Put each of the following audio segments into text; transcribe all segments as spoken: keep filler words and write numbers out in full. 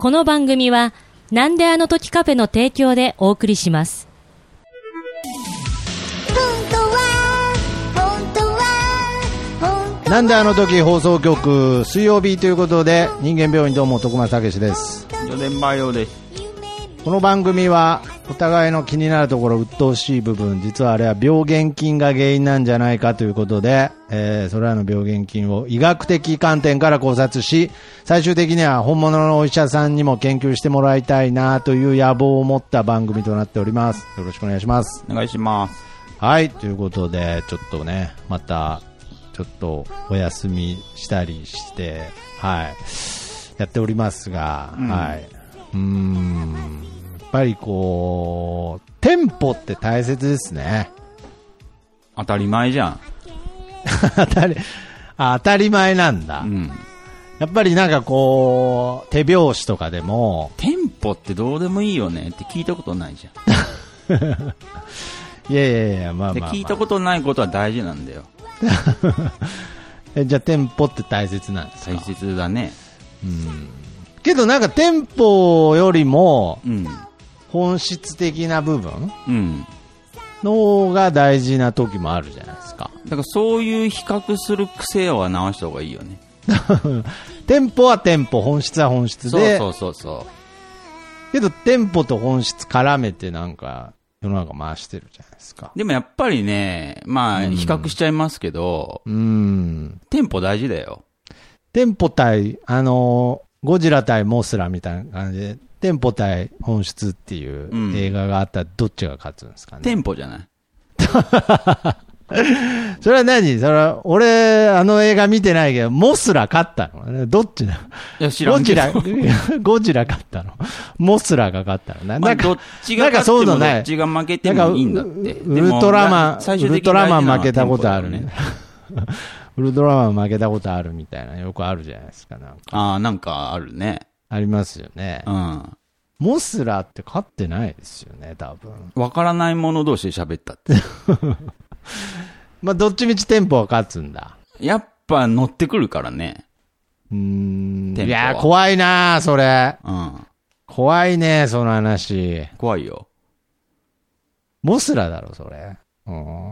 この番組はなんであの時カフェの提供でお送りします。 なんであの時放送局水曜日ということで、人間病院どうも徳松武史です。 四年前用です。 この番組はお互いの気になるところ、鬱陶しい部分、実はあれは病原菌が原因なんじゃないかということで、えー、それらの病原菌を医学的観点から考察し、最終的には本物のお医者さんにも研究してもらいたいなという野望を持った番組となっております。よろしくお願いします。 お願いします。 はい、ということでちょっとね、またちょっとお休みしたりして、はい、やっておりますが、うん、はい、うーん、やっぱりこうテンポって大切ですね。 当たり前じゃん。 当たり、あ、当たり前なんだ、うん、やっぱりなんかこう手拍子とかでもテンポってどうでもいいよねって聞いたことないじゃん。 いやいやいや、まあまあ、まあ、 聞いたことないことは大事なんだよ。 え、じゃあテンポって大切なんですか？ 大切だね。 うん。けどなんかテンポよりも本質的な部分の方が大事な時もあるじゃないですか。 だからそういう比較する癖は直した方がいいよね。 テンポはテンポ、本質は本質で。 そうそうそうそう。 けどテンポと本質絡めてなんか世の中回してるじゃないですか。 でもやっぱりね、まあ比較しちゃいますけど、うん、テンポ大事だよ。 テンポ対、あのー、ゴジラ対モスラみたいな感じで、テンポ対本質っていう映画があったらどっちが勝つんですかね。 テンポじゃない。 それは何？それは俺あの映画見てないけど、モスラ勝ったの？どっちだ？ いや知らんけど。 ゴジラゴジラ勝ったの？モスラが勝ったの？なんか、まあ、どっちが勝ってもどっちが負けてもいいんだって。 ウルトラマン、ウルトラマン負けたことあるね。ウルトラマン負けたことあるみたいな、よくあるじゃないですか。なんかああ、なんかあるね。 ありますよね。うん。モスラって勝ってないですよね、多分。 わからない者同士で喋ったって。 まあ、どっちみちテンポは勝つんだ。 やっぱ乗ってくるからね。 うーん。いや、怖いなそれ。うん。怖いね、その話。 怖いよ。 モスラだろ、それ。うん。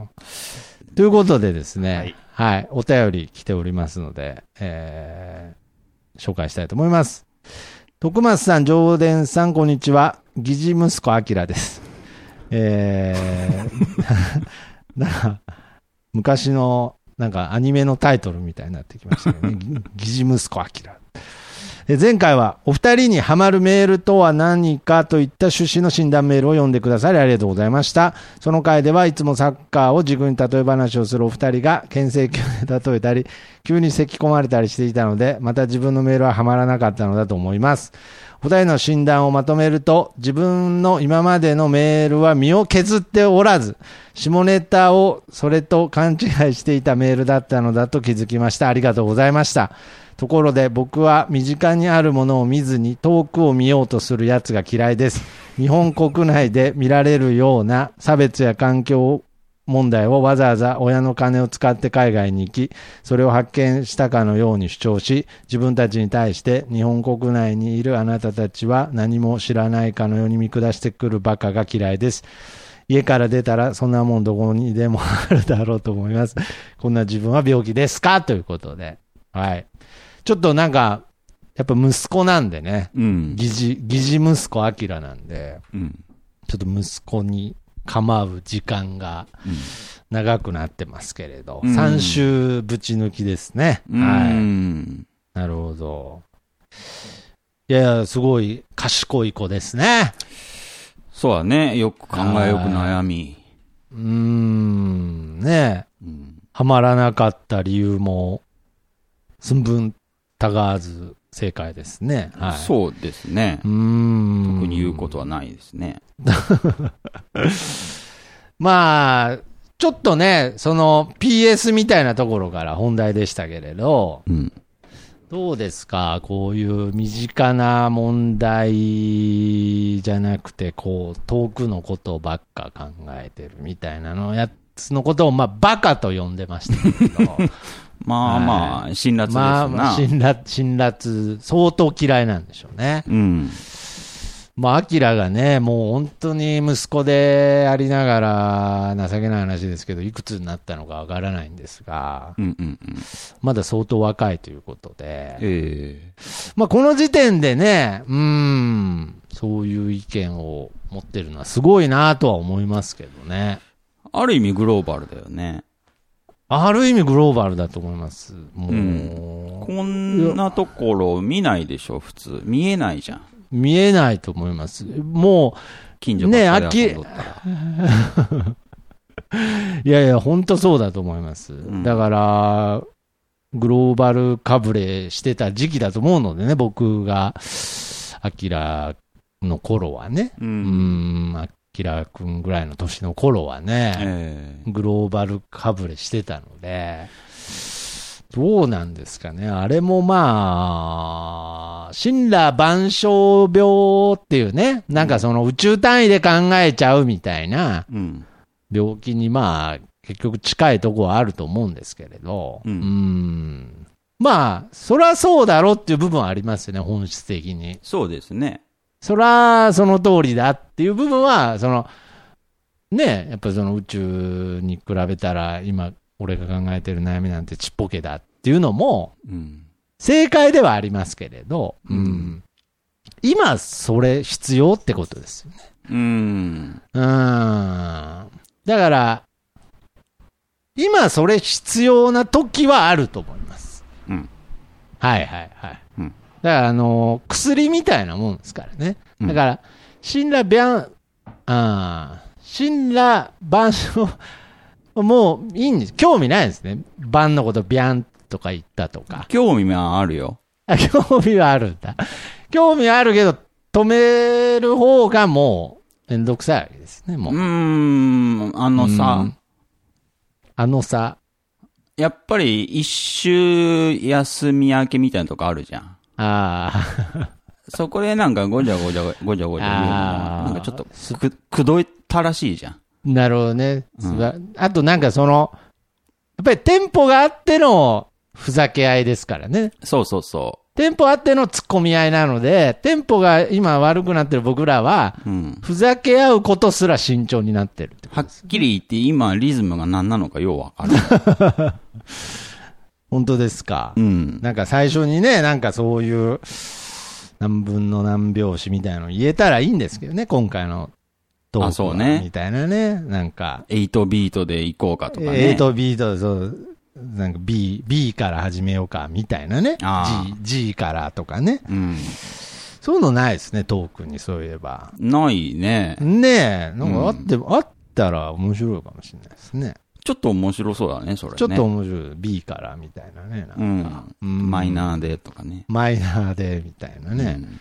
ということでですね。はい。はい、お便り来ておりますので、えー、紹介したいと思います。徳松さん、上田さん、こんにちは。疑似息子あきらです。えー、なんか昔のなんかアニメのタイトルみたいになってきましたね。疑似息子あきら。前回はお二人にハマるメールとは何かといった趣旨の診断メールを読んでくださりありがとうございました。その回ではいつもサッカーを軸に例え話をするお二人が牽制球で例えたり急に咳き込まれたりしていたので、また自分のメールはハマらなかったのだと思います。お二人の診断をまとめると、自分の今までのメールは身を削っておらず、下ネタをそれと勘違いしていたメールだったのだと気づきました。ありがとうございました。ところで僕は身近にあるものを見ずに遠くを見ようとするやつが嫌いです。日本国内で見られるような差別や環境問題をわざわざ親の金を使って海外に行き、それを発見したかのように主張し、自分たちに対して日本国内にいるあなたたちは何も知らないかのように見下してくるバカが嫌いです。家から出たらそんなもんどこにでもあるだろうと思います。こんな自分は病気ですかということで。はい。ちょっとなんか、やっぱ息子なんでね。うん。疑似、疑似息子アキラなんで。うん。ちょっと息子に構う時間が長くなってますけれど。うん、さん週ぶち抜きですね。うん、はい。なるほど。いやいや、すごい賢い子ですね。 そうだね。よく考えよく悩み。 うーん、ねえ、うん。はまらなかった理由も、寸分たがわず正解ですね。はい。 そうですね。うーん。特に言うことはないですね。 まあ、ちょっとね、その ピーエス みたいなところから本題でしたけれど、うん、どうですか、こういう身近な問題じゃなくて、こう、遠くのことばっか考えてるみたいなのやつのことを、まあ、バカと呼んでましたけど。 まあまあ、辛辣ですな。まあまあ、 辛辣、辛辣、相当嫌いなんでしょうね。 うん。 まあ、アキラがね、もう本当に息子でありながら、情けない話ですけど、いくつになったのかわからないんですが、 うんうんうん、 まだ相当若いということで、 えー、まあ、この時点でね、うーん、そういう意見を持ってるのはすごいなとは思いますけどね。 ある意味グローバルだよね。 ある意味グローバルだと思います。もう、うん、 こんなところ見ないでしょ、普通。見えないじゃん。 見えないと思います。もう、 近所ばっかり遊んどったら。 ね、いやいや、本当そうだと思います。うん、だから、グローバルかぶれしてた時期だと思うのでね、僕が、アキラの頃はね。うん。うん、アキラ君ぐらいの年の頃はね、えー、グローバルかぶれしてたので、どうなんですかね。あれもまあ、神羅万象病っていうね、なんかその宇宙単位で考えちゃうみたいな病気にまあ、結局近いところはあると思うんですけれど、うん、うーんまあ、そりゃそうだろっていう部分はありますよね、本質的に。 そうですね。 そりゃその通りだっていう部分は、その、ね、やっぱその宇宙に比べたら、今、俺が考えてる悩みなんてちっぽけだっていうのも、正解ではありますけれど、うんうん、今、それ必要ってことですよね。 うん。 うん。だから、今それ必要な時はあると思います。 うん。 はいはいはい。うん、だからあのー、薬みたいなもんですからね。だから、神羅万、あ神羅万象、もういいんです。興味ないですね。万のことビャンとか言ったとか。 興味はあるよ。 あ、興味はあるんだ。興味はあるけど、止める方がもうめんどくさいわけですね、もう。 うーん、あのさ、 あのさ、 やっぱり一周休み明けみたいなとこあるじゃん。 ああ。 そこでなんかごちゃごちゃごちゃごちゃ言うのなんかちょっとく、くどいたらしいじゃん。 なるほどね。うん、あとなんかその、やっぱりテンポがあってのふざけ合いですからね。 そうそうそう。 テンポあっての突っ込み合いなので、テンポが今悪くなってる僕らは、うん、ふざけ合うことすら慎重になってるってことです、ね。 はっきり言って今リズムが何なのかようわかる。 本当ですか。 うん。 なんか最初にね、なんかそういう何分の何拍子みたいなの言えたらいいんですけどね、今回の。 あ、そうね。 みたいなね。なんか。 エイトビートで行こうかとかね。 エイトビートで、そう、なんか B、B から始めようか、みたいなね。G、G からとかね。 うん。 そういうのないですね、トークに、そういえば。 ないね。 ねえ。なんかあって、うん、あったら面白いかもしれないですね。 ちょっと面白そうだね、それね。 ちょっと面白い。B からみたいなね。なんかうん。マイナーでとかね。 マイナーで、みたいなね。うん、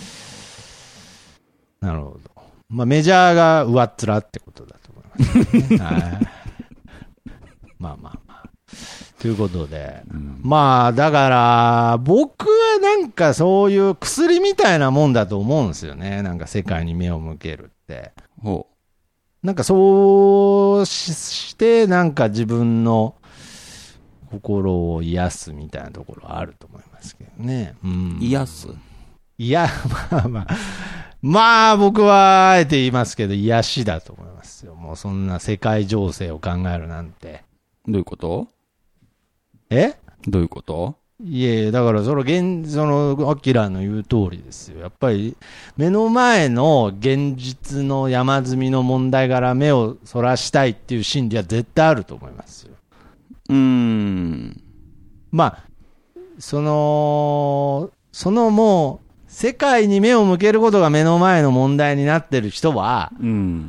なるほど。まあ、メジャーが上っ面ってことだと思います、ね。はい。まあまあまあ。ということで。うん、まあ、だから、僕はなんかそういう薬みたいなもんだと思うんですよね。なんか世界に目を向けるって。 ほう。なんかそうして、なんか自分の心を癒すみたいなところはあると思いますけどね。うん、 癒す？ いや、まあまあ。まあ僕はあえて言いますけど癒しだと思いますよ。もうそんな世界情勢を考えるなんて。 どういうこと？ え？ どういうこと？ いえいえ、だからその現、その、アキラの言う通りですよ。やっぱり目の前の現実の山積みの問題から目をそらしたいっていう心理は絶対あると思いますよ。 うーん。 まあ、その、そのもう、世界に目を向けることが目の前の問題になってる人は、 うん、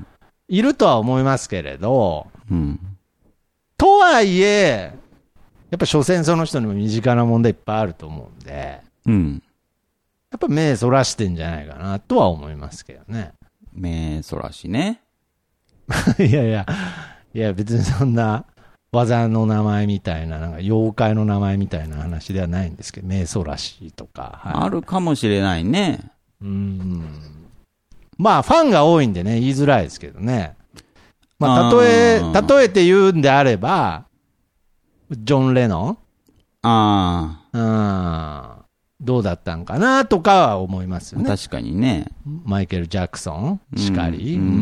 いるとは思いますけれど、 うん、 とはいえ、やっぱ所詮その人にも身近な問題いっぱいあると思うんで、 うん、 やっぱ目そらしてんじゃないかなとは思いますけどね。 目そらしね。 いやいや、いや別にそんな技の名前みたいな、なんか妖怪の名前みたいな話ではないんですけど、目そらしとか、 はい。あるかもしれないね。 うん。まあ、ファンが多いんでね、言いづらいですけどね。まあ、例え、例えて言うんであれば、ジョン・レノンああ。うん。どうだったんかなとかは思いますよね。 確かにね。 マイケル・ジャクソンしかり。 ううん。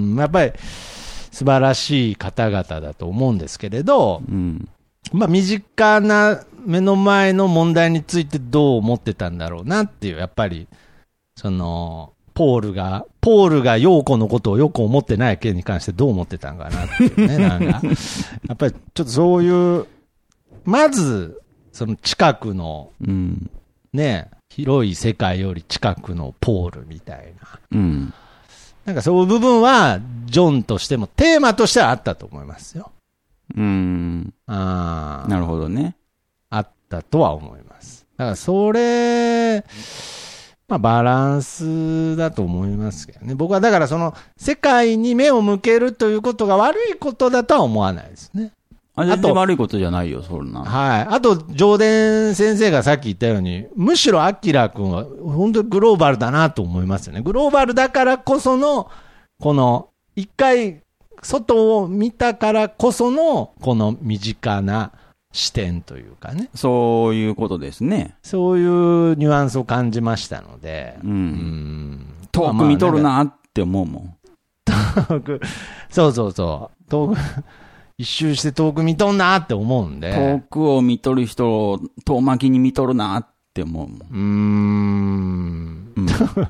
んやっぱり素晴らしい方々だと思うんですけれど、 うん。 まあ身近な目の前の問題についてどう思ってたんだろうなっていう、やっぱり、その、ポールが、ポールが陽子のことをよく思ってない件に関してどう思ってたんかなっていうね、なんか。やっぱりちょっとそういう、まず、その近くの、 うん。 ね、広い世界より近くのポールみたいな。 うん。 なんかそういう部分は、ジョンとしてもテーマとしてはあったと思いますよ。 うん。 ああ。 なるほどね。 あったとは思います。だからそれ、まあバランスだと思いますけどね。僕はだからその世界に目を向けるということが悪いことだとは思わないですね。 あ、全然悪いことじゃないよ、そんな。 はい。あと、上田先生がさっき言ったように、むしろアキラ君は本当にグローバルだなと思いますよね。グローバルだからこその、この、一回、外を見たからこその、この身近な視点というかね。 そういうことですね。 そういうニュアンスを感じましたので。 うん。 うん遠く見とるなって思うもん。 遠く、そうそうそう。遠く、一周して遠く見とんなって思うんで。 遠くを見とる人を遠巻きに見とるなって思うもん。 うーん。うん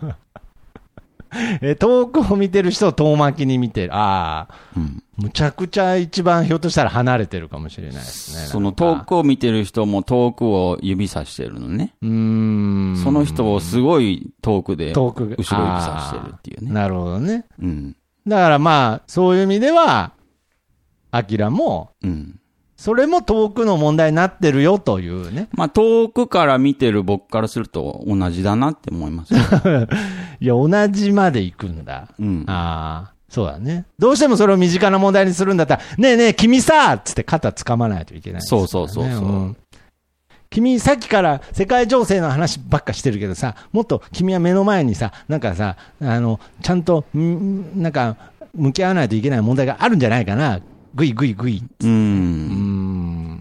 え遠くを見てる人を遠巻きに見てる。ああ、うん。むちゃくちゃ一番ひょっとしたら離れてるかもしれないですね。 その遠くを見てる人も遠くを指さしてるのね。うーん。その人をすごい遠くで、遠く後ろ指さしてるっていうね。 なるほどね。 うん。 だからまあ、そういう意味では、アキラも、うん。それも遠くの問題になってるよというね。 まあ遠くから見てる僕からすると同じだなって思います。 いや、同じまで行くんだ。うん。ああ、そうだね。どうしてもそれを身近な問題にするんだったら、ねえねえ、君さつって肩掴まないといけない、ね。 そうそうそうそう、うん。 君、さっきから世界情勢の話ばっかしてるけどさ、もっと君は目の前にさ、なんかさ、あの、ちゃんと、んなんか、向き合わないといけない問題があるんじゃないかな。ぐいぐいぐい。 うん。うん。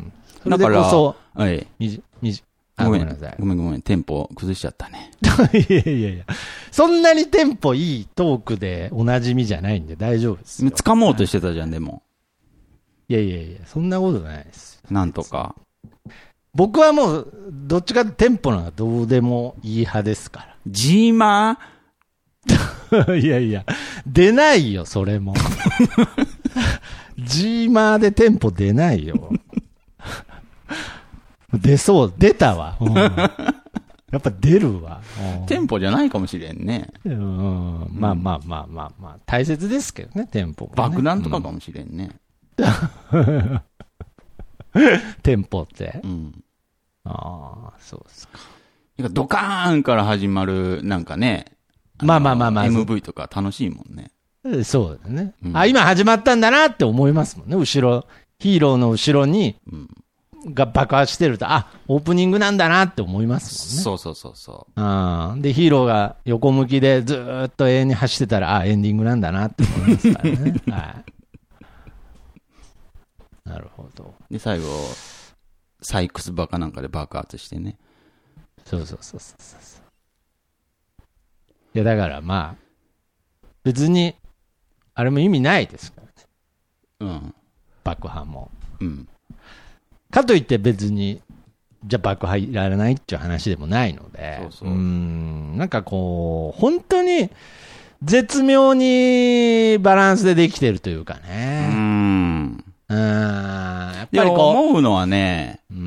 だから、 そはい。 みじ、みじ、 ごめんなさい。ごめんごめん。テンポ崩しちゃったね。 いやいやいや。そんなにテンポいいトークでおなじみじゃないんで大丈夫ですよ。 掴もうとしてたじゃん、でも。 いやいやいや、そんなことないです。 なんとか。 僕はもう、どっちかってテンポなんかどうでもいい派ですから。 ジーマーいやいや、出ないよ、それも。ジーマーでテンポ出ないよ。出そう、出たわ。うん、やっぱ出るわ。 テンポじゃないかもしれんね。 うん、まあまあまあまあまあ、大切ですけどね、テンポ、ね。 爆弾とかかもしれんね。 うん、テンポって。 うん、 ああ、そうですか。 ドカーンから始まる、なんかね。 まあまあまあまあ。 エムブイ とか楽しいもんね。 そうだね、うん。あ、今始まったんだなって思いますもんね。後ろ、ヒーローの後ろに、うん、が爆発してると、あ、オープニングなんだなって思いますもんね。 そうそうそうそう。 うん。で、ヒーローが横向きでずーっと永遠に走ってたら、あ、エンディングなんだなって思いますからね。はい。なるほど。 で、最後、サイクスバカなんかで爆発してね。 そうそうそうそうそう。いや、だからまあ、別に、あれも意味ないですからね。うん。爆破も。うん。かといって別に、じゃあ爆破いられないっていう話でもないので。そうそう。うん。なんかこう、本当に、絶妙にバランスでできてるというかね。うん。うん。やっぱりこう。 思うのはね、うん。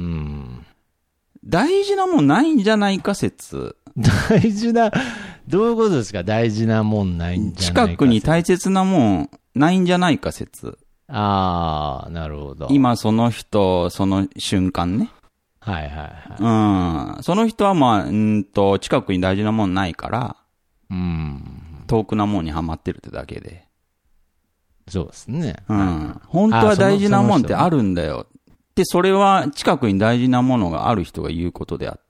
大事なもんないんじゃないか説。 大事な、どういうことですか？大事なもんないんじゃないか説。 近くに大切なもんないんじゃないか説。 ああ、なるほど。 今その人、その瞬間ね。 はいはいはい。 うん。その人はまあ、うんと、近くに大事なもんないから、うん。遠くなもんにはまってるってだけで。 そうですね。 うん。本当は大事なもんってあるんだよ。で、それは近くに大事なものがある人が言うことであって。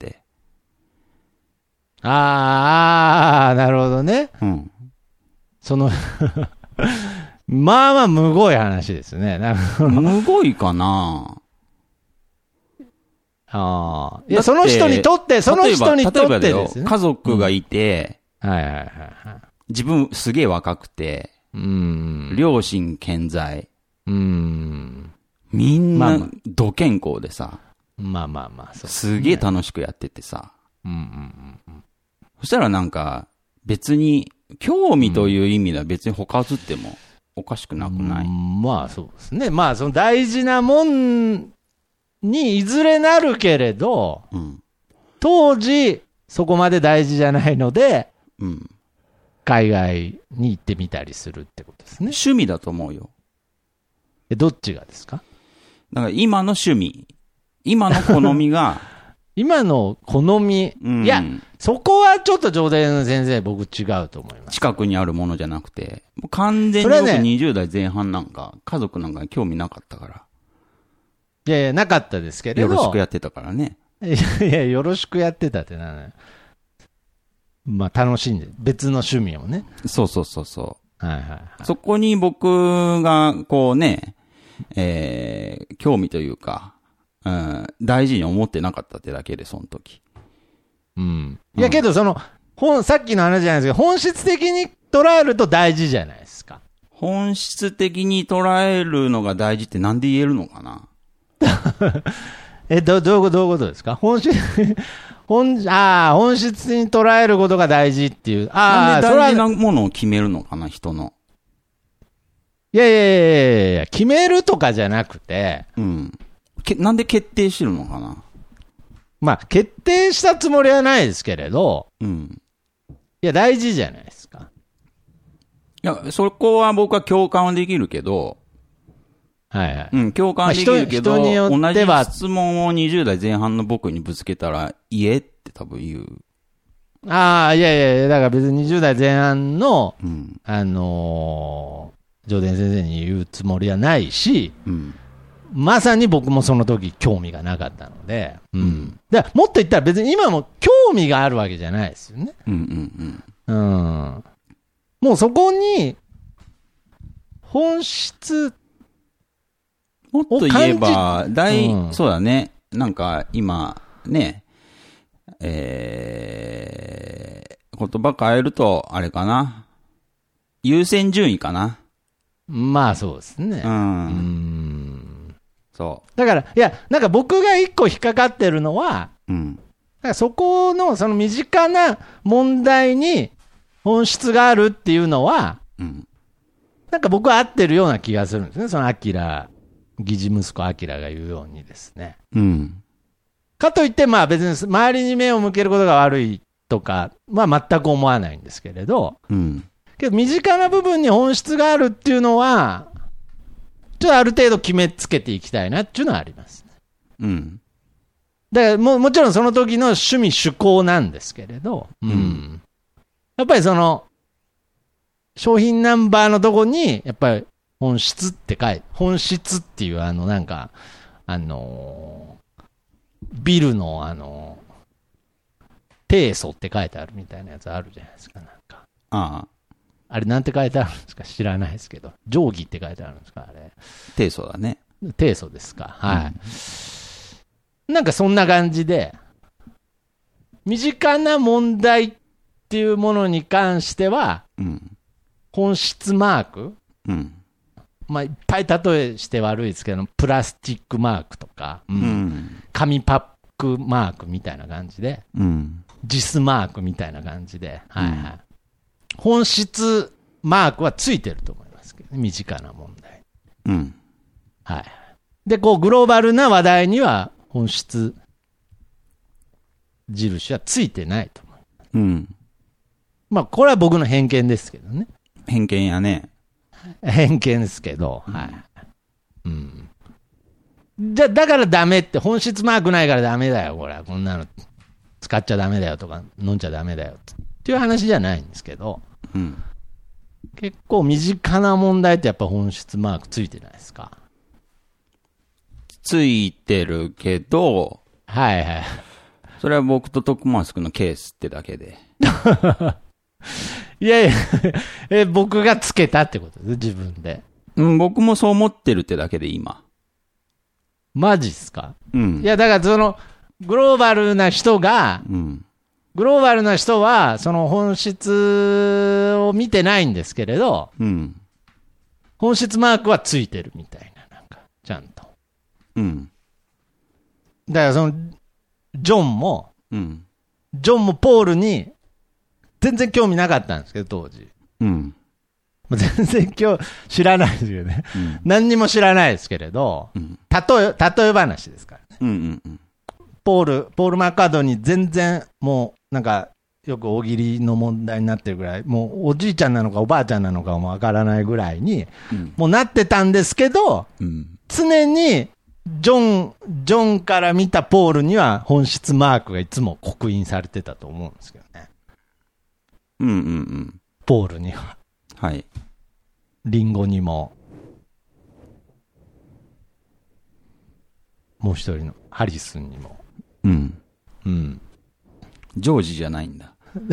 ああ、なるほどね。うん。その、まあまあ、むごい話ですね。 むごいかなああ。いや、その人にとって、その人にとってですね。 家族がいて、 うん、はいはいはいはい。 自分すげえ若くて、 うん。 両親健在。 うん。 みんな、ど健康でさ。 まあまあまあ、そう、ね。 すげえ楽しくやっててさ。 うんうんうんうん。 そしたらなんか、別に、興味という意味では別に他移ってもおかしくなくない、 うん、まあそうですね。まあその大事なもんにいずれなるけれど、 うん、 当時そこまで大事じゃないので、 うん、 海外に行ってみたりするってことですね。 趣味だと思うよ。 え、どっちがですか？ だから今の趣味、今の好みが、 今の好み、うん、いや、そこはちょっと上田先生、僕違うと思います。 近くにあるものじゃなくて、もう完全に僕にじゅう代前半なんか、ね、家族なんかに興味なかったから。 いやいや、なかったですけれど。 よろしくやってたからね。 いやいや、よろしくやってたってなのよ。まあ楽しんで、別の趣味をね。 そうそうそうそう。 はいはいはい。 そこに僕が、こうね、えー、興味というか、うん、大事に思ってなかったってだけで、その時。 うん。いやけど、その、本、さっきの話じゃないですけど、本質的に捉えると大事じゃないですか。 本質的に捉えるのが大事ってなんで言えるのかなえ、ど、どういうこと、どういうことですか？本質、本、ああ、本質に捉えることが大事っていう。ああ、なんで大事なものを決めるのかな、人の。 いやいやいやいや、決めるとかじゃなくて。 うん。け、なんで決定してるのかな？ まあ、決定したつもりはないですけれど。 うん。 いや、大事じゃないですか。 いや、そこは僕は共感はできるけど。 はいはい。 うん、共感はできるけど、 まあ、人、人によっては同じ質問をにじゅう代前半の僕にぶつけたら、いえって多分言う。 ああ、いやいや、だから別ににじゅう代前半の、 うん、 あのー、上田先生に言うつもりはないし、 うん、 まさに僕もその時興味がなかったので、うん。でもっと言ったら別に今も興味があるわけじゃないですよね。 うんうんうん。 うん。もうそこに、本質、 もっと言えば、大、うん、そうだね。なんか今、ね、えー、言葉変えると、あれかな。優先順位かな。 まあそうですね。 うん。うんそう。 だから、いや、なんか僕が一個引っかかってるのは、 うん。 だからそこの、その身近な問題に本質があるっていうのは、 うん。 なんか僕は合ってるような気がするんですね。そのアキラ、疑似息子アキラが言うようにですね。 うん。 かといって、まあ別に周りに目を向けることが悪いとか、まあ全く思わないんですけれど、 うん。 けど身近な部分に本質があるっていうのは、ちょっとある程度決めつけていきたいなっていうのはありますね。 うん。 だからも、もちろんその時の趣味趣向なんですけれど、うん。うん、やっぱりその、商品ナンバーのとこに、やっぱり本質って書いて、本質っていうあのなんか、あのー、ビルのあのー、低素って書いてあるみたいなやつあるじゃないですか、なんか。 ああ。 あれなんて書いてあるんですか知らないですけど。定規って書いてあるんですかあれ。 低素だね。 低素ですか。はい。うん、なんかそんな感じで、身近な問題っていうものに関しては、 うん、 本質マーク、 うん、 まあ、いっぱい例えして悪いですけど、プラスチックマークとか、うんうん、 紙パックマークみたいな感じで、 うん、 ジスマークみたいな感じで、はいはい。うん、本質マークはついてると思いますけどね、身近な問題。 うん。 はい。で、こう、グローバルな話題には、本質印はついてないと思う。 うん。 まあ、これは僕の偏見ですけどね。 偏見やね。 偏見ですけど、はい。うん。じゃ、だからダメって、本質マークないからダメだよ、これは。こんなの使っちゃダメだよとか、飲んじゃダメだよっていう話じゃないんですけど、 うん。 結構身近な問題ってやっぱ本質マークついてないですか？ ついてるけど、 はいはい。 それは僕と徳松君のケースってだけで。 いやいやえ、僕がつけたってことです、自分で。 うん、僕もそう思ってるってだけで今。 マジっすか？ うん。 いや、だからその、 グローバルな人が、うん、グローバルな人は、その本質を見てないんですけれど、うん、本質マークはついてるみたいな、なんか、ちゃんと。うん。だからその、ジョンも、うん、ジョンもポールに、全然興味なかったんですけど、当時。うん。全然今日知らないですよね、うん。何にも知らないですけれど、うん、例え、例え話ですからね。うんうんうん、ポール、ポール・マッカートニー全然もうなんかよく大喜利の問題になってるぐらい、もうおじいちゃんなのかおばあちゃんなのかもわからないぐらいに、うん、もうなってたんですけど、うん、常にジョン、ジョンから見たポールには本質マークがいつも刻印されてたと思うんですけどね。うんうんうん。ポールには。はい。リンゴにも、もう一人のハリスンにも。うん。うん。 ジョージじゃないんだ。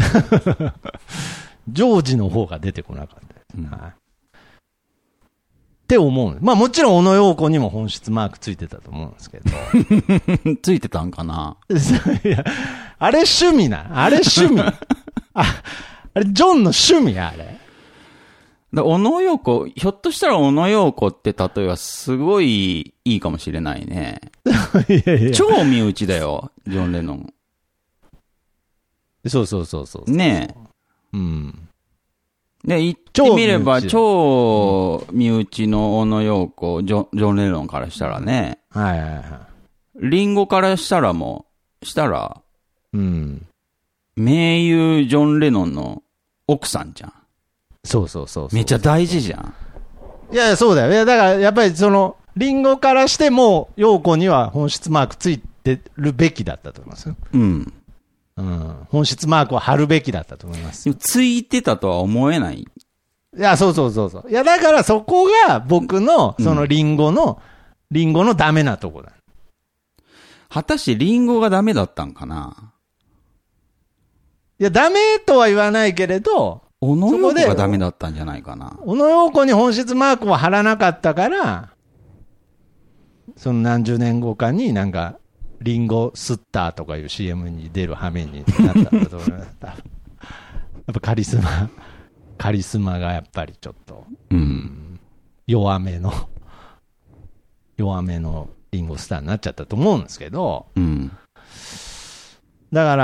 ジョージの方が出てこなかったです、うん。はい。って思う。まあもちろん小野洋子にも本質マークついてたと思うんですけど。 ついてたんかな。 いや、あれ趣味な。あれ趣味。あ、あれジョンの趣味あれ。 小野洋子、ひょっとしたら小野洋子って例えばすごいいいかもしれないね。いやいや超身内だよ、ジョン・レノン。 そうそうそうそう。 ねえ。うん。で、言ってみれば超身内の小野洋子、ジョン、ジョン・レノンからしたらね。はいはいはい。リンゴからしたらもう、したら、うん。名優ジョン・レノンの奥さんじゃん。 そうそうそうそう。 めっちゃ大事じゃん。 いや、そうだよ。いや、だから、やっぱりその、リンゴからしても、陽子には本質マークついてるべきだったと思いますよ。うん。うん。本質マークを貼るべきだったと思います。 ついてたとは思えない。 いや、そうそうそうそう。いや、だからそこが僕の、そのリンゴの、うん、リンゴのダメなとこだ。 果たしてリンゴがダメだったんかな。 いや、ダメとは言わないけれど、 小野洋子がダメだったんじゃないかな。 小野洋子に本質マークを貼らなかったから、その何十年後かになんか、リンゴスッターとかいう シーエム に出る羽目になったんだと思います。やっぱカリスマ、カリスマがやっぱりちょっと、うん、弱めの、弱めのリンゴスターになっちゃったと思うんですけど、うん、だから、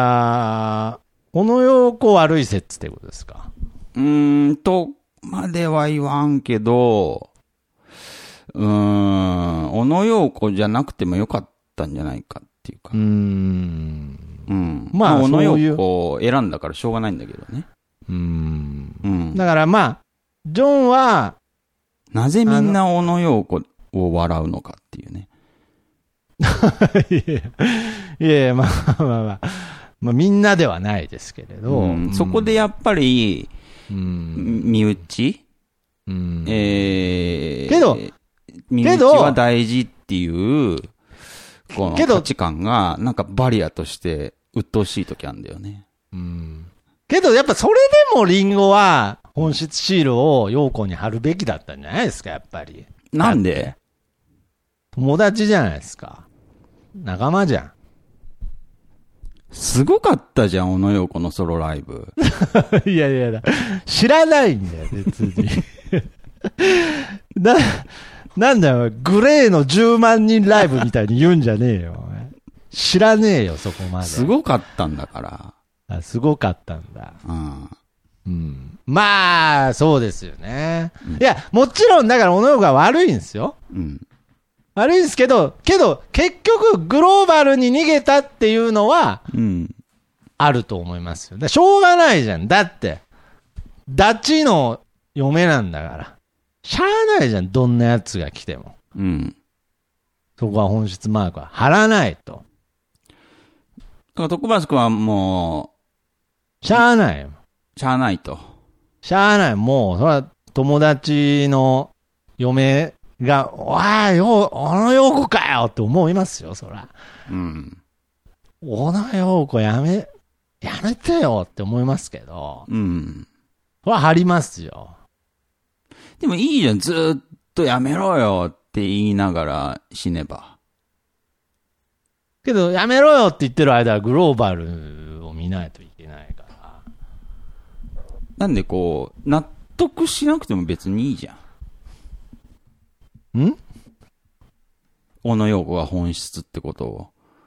小野洋子悪い説ってことですか。 うーんと、までは言わんけど、うーん、小野洋子じゃなくてもよかったんじゃないかっていうか。うーん。うん。まあ、小野洋子を選んだからしょうがないんだけどね。うーん。 うん。だからまあ、ジョンは、 なぜみんな小野洋子を笑うのかっていうね。 いやいやいや、まあまあまあ。まあみんなではないですけれど。 うん、そこでやっぱり、うん、身内、うん、えー、 けど、 身内は大事っていう、この価値観が、なんかバリアとして鬱陶しい時あるんだよね。 うん。けどやっぱそれでもリンゴは本質シールを陽子に貼るべきだったんじゃないですか、やっぱり。 なんで？ 友達じゃないですか。仲間じゃん。 すごかったじゃん、小野洋子のソロライブ。 いやいや、知らないんだよ、別に。な、なんだよ、グレーのじゅうまんにんライブみたいに言うんじゃねえよ。知らねえよ、そこまで。 すごかったんだから。 あ、すごかったんだ。うん。うん。まあ、そうですよね。うん、いや、もちろん、だから小野洋子が悪いんですよ。うん。悪いんですけど、けど、結局、グローバルに逃げたっていうのは、うん、あると思いますよ。だしょうがないじゃん。だって、ダチの嫁なんだから。しゃあないじゃん。どんな奴が来ても。うん。そこは本質マークは貼らないと。 だから、徳橋君はもう、しゃあないよ。 しゃあないと。 しゃあない。もう、それは友達の嫁、が、おい、よ、小野洋子かよって思いますよ、そら。うん。小野洋子やめ、やめてよって思いますけど。うん。それは張りますよ。 でもいいじゃん、ずーっとやめろよって言いながら死ねば。 けど、やめろよって言ってる間はグローバルを見ないといけないから。 なんでこう、納得しなくても別にいいじゃん。 ん？ 小野洋子が本質ってことを。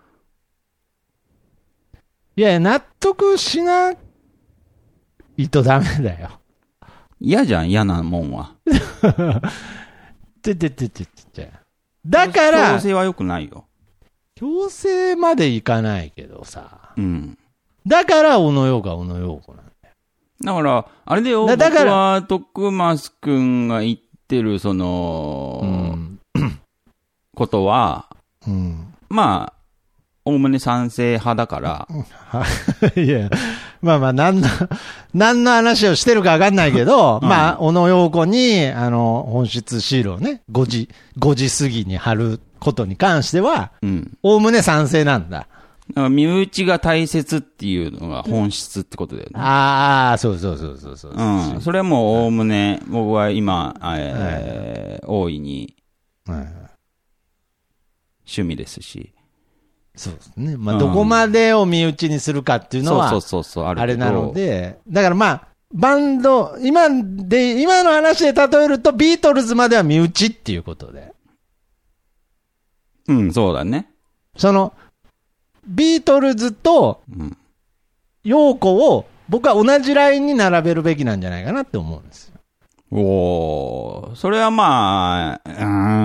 いや、納得しないとダメだよ。 嫌じゃん、嫌なもんは。 てててててて。だから、 強制は良くないよ。 強制までいかないけどさ。 うん。 だから、小野洋子は小野洋子なんだよ。 だから、あれでよ、だから僕は徳増くんが言ってる、その、うん、ことは、うん、まあ、おおむね賛成派だから。 いや、まあまあ、なんの、何の話をしてるかわかんないけど、うん、まあ、小野洋子に、あの、本質シールをね、ごじ、ごじ過ぎに貼ることに関しては、おおむね賛成なんだ。 身内が大切っていうのが本質ってことだよね。 ああ、そうそうそうそうそう。 うん。それはもうおおむね、僕は今、えー、はい、大いに、はい、趣味ですし。 そうですね。まあ、どこまでを身内にするかっていうのは、 そうそうそう、 あれなので、だからまあ、バンド、今で、今の話で例えると、ビートルズまでは身内っていうことで。 うん、そうだね。 その、ビートルズと、ヨーコを、僕は同じラインに並べるべきなんじゃないかなって思うんですよ。 おー、それはまあ、う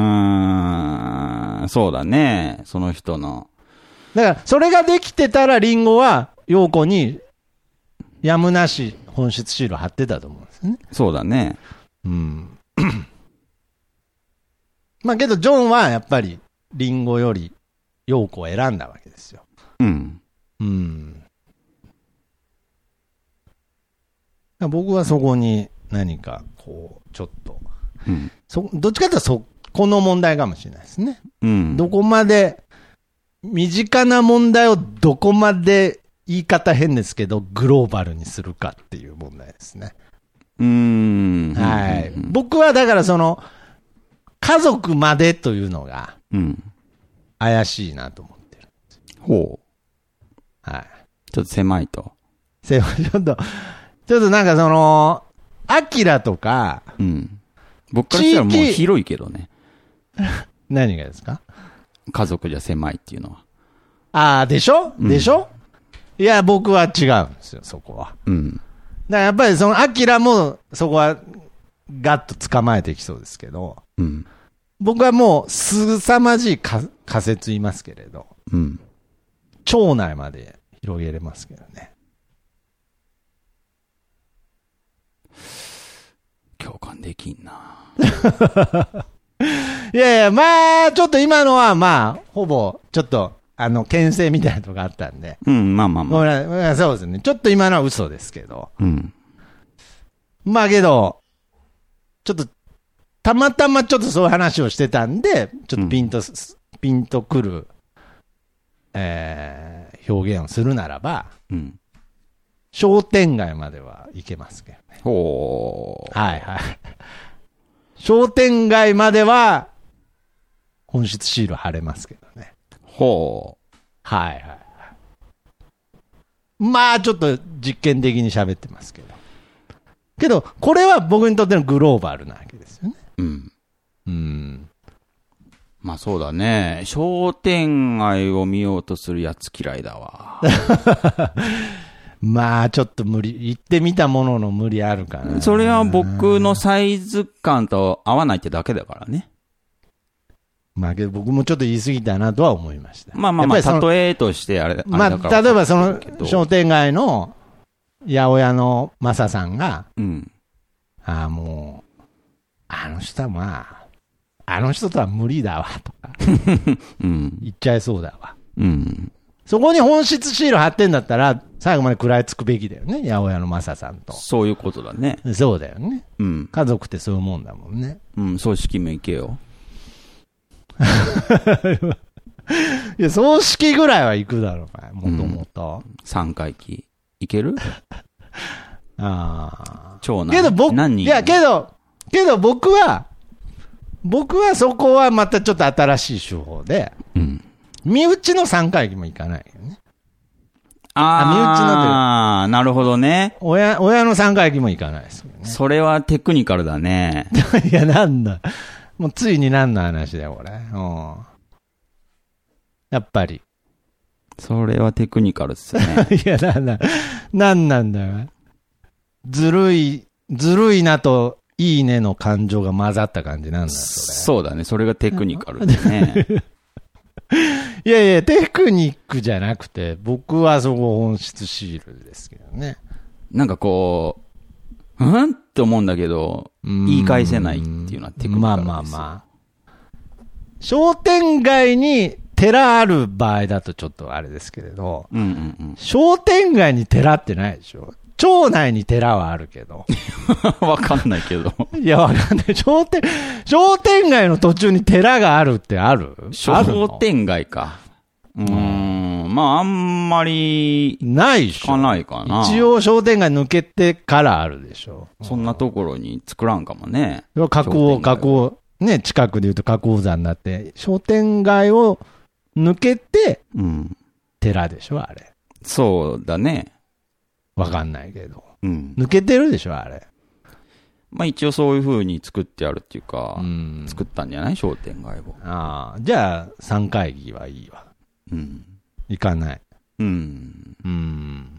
ーん、そうだね。その人の。 だから、それができてたら、リンゴは、ヨーコに、やむなし、本質シールを貼ってたと思うんですよね。 そうだね。 うん。まあけど、ジョンは、やっぱり、リンゴより、ヨーコを選んだわけですよ。 うん。 うん。僕はそこに、何か、こう、ちょっと、うん、そどっちかというと、そこの問題かもしれないですね。 うん。 どこまで、身近な問題をどこまで言い方変ですけど、グローバルにするかっていう問題ですね。 うーん。 はい。僕はだからその、家族までというのが、怪しいなと思ってるんですよ。 ほう。 はい。 ちょっと狭いと。 狭い。ちょっと、ちょっとなんかその、アキラとか、 うん。僕からしたらもう広いけどね。 何がですか？ 家族じゃ狭いっていうのは。 ああ、でしょ、うん、でしょいや、僕は違うんですよ、そこは。 うん。 だからやっぱりその、アキラも、そこは、ガッと捕まえてきそうですけど、 うん。 僕はもう、すさまじい仮説言いますけれど、 うん。 町内まで広げれますけどね。 共感できんな。 いやいや、まあ、ちょっと今のは、まあ、ほぼ、ちょっと、あの、牽制みたいなとこがあったんで。 うん、まあまあまあ。そうですね。ちょっと今のは嘘ですけど。 うん。 まあけど、ちょっと、たまたまちょっとそういう話をしてたんで、ちょっとピンと、うん、ピンとくる、えー、表現をするならば、 うん。 商店街まではいけますけどね。 ほー。はいはい。商店街までは、本質シール貼れますけどね。 ほう。 はいはい。まあ、ちょっと実験的に喋ってますけど。けど、これは僕にとってのグローバルなわけですよね。 うん。 うん。 まあそうだね。商店街を見ようとするやつ嫌いだわ。 まあ、ちょっと無理。行ってみたものの無理あるかな。 それは僕のサイズ感と合わないってだけだからね。 まあ、けど僕もちょっと言い過ぎたなとは思いました。 まあまあまあ、例えとしてあれ、 まあ、例えばその商店街の八百屋のマサさんが、 うん。 ああ、もう、あの人はまあ、あの人とは無理だわ、とか、 うん。 言っちゃいそうだわ。 うん。 そこに本質シール貼ってんだったら、最後まで食らいつくべきだよね。八百屋のマサさんと。 そういうことだね。 そうだよね。 うん。 家族ってそういうもんだもんね。 うん、葬式も行けよ。 いや、葬式ぐらいは行くだろうか、もともと。 三回忌。行ける？ ああ。 長男。 けど僕、 何人？ いや、けど、けど僕は、僕はそこはまたちょっと新しい手法で、 うん。 身内のさん回忌も行かないよね。 ああ、身内のああ、なるほどね。 親、親のさん回忌も行かないですよね。 それはテクニカルだね。 いや、なんだ。もうついに何の話だよ、これ。うん。やっぱり。 それはテクニカルっすね。 いや、なんだ。なんなんだよ。ずるい、ずるいなと、いいねの感情が混ざった感じなんだ、それ。 そうだね。それがテクニカルだね。 いやいや、テクニックじゃなくて、僕はそこ本質シールですけどね。 なんかこう、うんって思うんだけど、言い返せないっていうのはテクニカルですよ。まあまあまあ。 商店街に寺ある場合だとちょっとあれですけれど、 うんうんうん、 商店街に寺ってないでしょ。町内に寺はあるけど。 わかんないけど。 いや、わかんない。商店、商店街の途中に寺があるってある？ 商店街か。うーん。まあ、あんまり。 ないでしょ。 聞かないかな。 一応商店街抜けてからあるでしょ。 そんなところに作らんかもね。 加工、加工、ね、近くで言うと加工山になって、商店街を抜けて、 うん。 寺でしょ、あれ。 そうだね。 わかんないけど。 うん。 抜けてるでしょ、あれ。 まあ一応そういう風に作ってあるっていうか、うん、作ったんじゃない商店街を。 ああ、じゃあ、さん会議はいいわ。 うん。 行かない。 うん。 うん。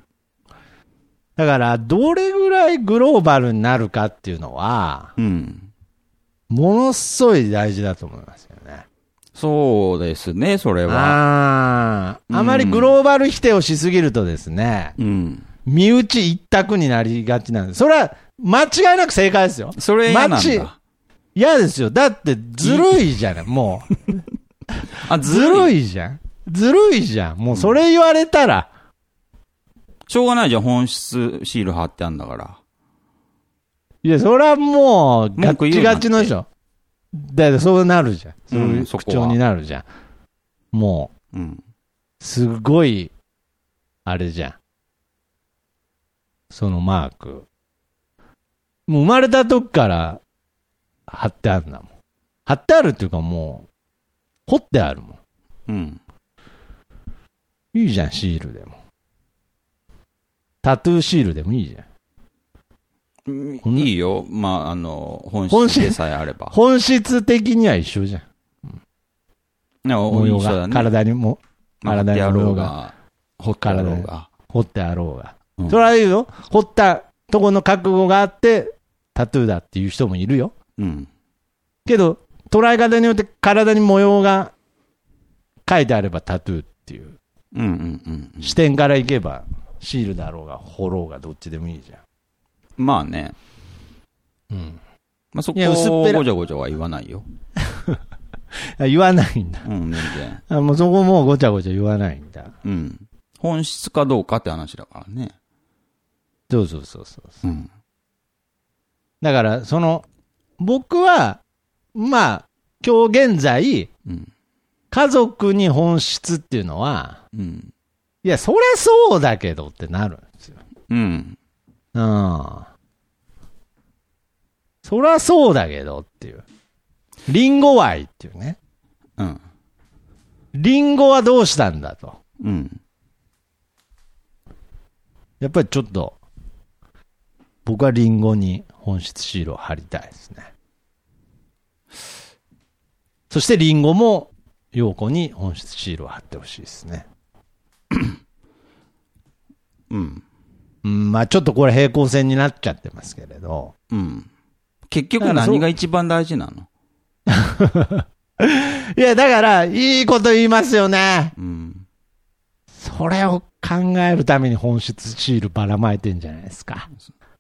だから、どれぐらいグローバルになるかっていうのは、 うん。 ものすごい大事だと思いますよね。 そうですね、それは。 ああ、うん、あまりグローバル否定をしすぎるとですね、 うん。 身内一択になりがちなんです。それは間違いなく正解ですよ。 それ嫌なんだ。 嫌ですよ。だってずるいじゃない、もう。 あ、 ずるいじゃん。ずるいじゃん。もうそれ言われたら。 しょうがないじゃん、本質シール貼ってあんだから。 いや、それはもう、ガッチガチのでしょ。だってそうなるじゃん。そういう口調になるじゃん。もう、うん、 すごい、あれじゃん。そのマーク。もう生まれた時から貼ってあるんだもん。貼ってあるっていうかもう、彫ってあるもん。 うん。 いいじゃん、シールでも。タトゥーシールでもいいじゃん。いいよ。まあ、あの、本質でさえあれば。 本質的には一緒じゃん。 うん、模様が、ね、 体にも、体に模様が、 彫ってあろうが。 彫ってあろうが。うん、それはいいよ。彫ったとこの覚悟があって、タトゥーだっていう人もいるよ。 うん。 けど、捉え方によって体に模様が書いてあればタトゥーっていう。 うんうんうん、うん。 視点からいけば、シールだろうが、彫ろうが、どっちでもいいじゃん。 まあね。 うん。 まあそこをごちゃごちゃは言わないよ。 言わないんだ。 うん、全然。あ、 もうそこもうごちゃごちゃ言わないんだ。 うん。本質かどうかって話だからね。 そうそうそうそう。 うん。 だから、その、僕は、まあ、今日現在、 うん、 家族に本質っていうのは、 うん、 いや、そりゃそうだけどってなるんですよ。 うん。 うん。そりゃそうだけどっていう。リンゴ愛っていうね。 うん。 リンゴはどうしたんだと。 うん。 やっぱりちょっと、僕はリンゴに本質シールを貼りたいですね。そしてリンゴも陽子に本質シールを貼ってほしいですね。 うん。 うん、まあちょっとこれ平行線になっちゃってますけれど。 うん。結局何が一番大事なの？ いや、だから、いいこと言いますよね。 うん。 それを考えるために本質シールばらまいてんじゃないですか。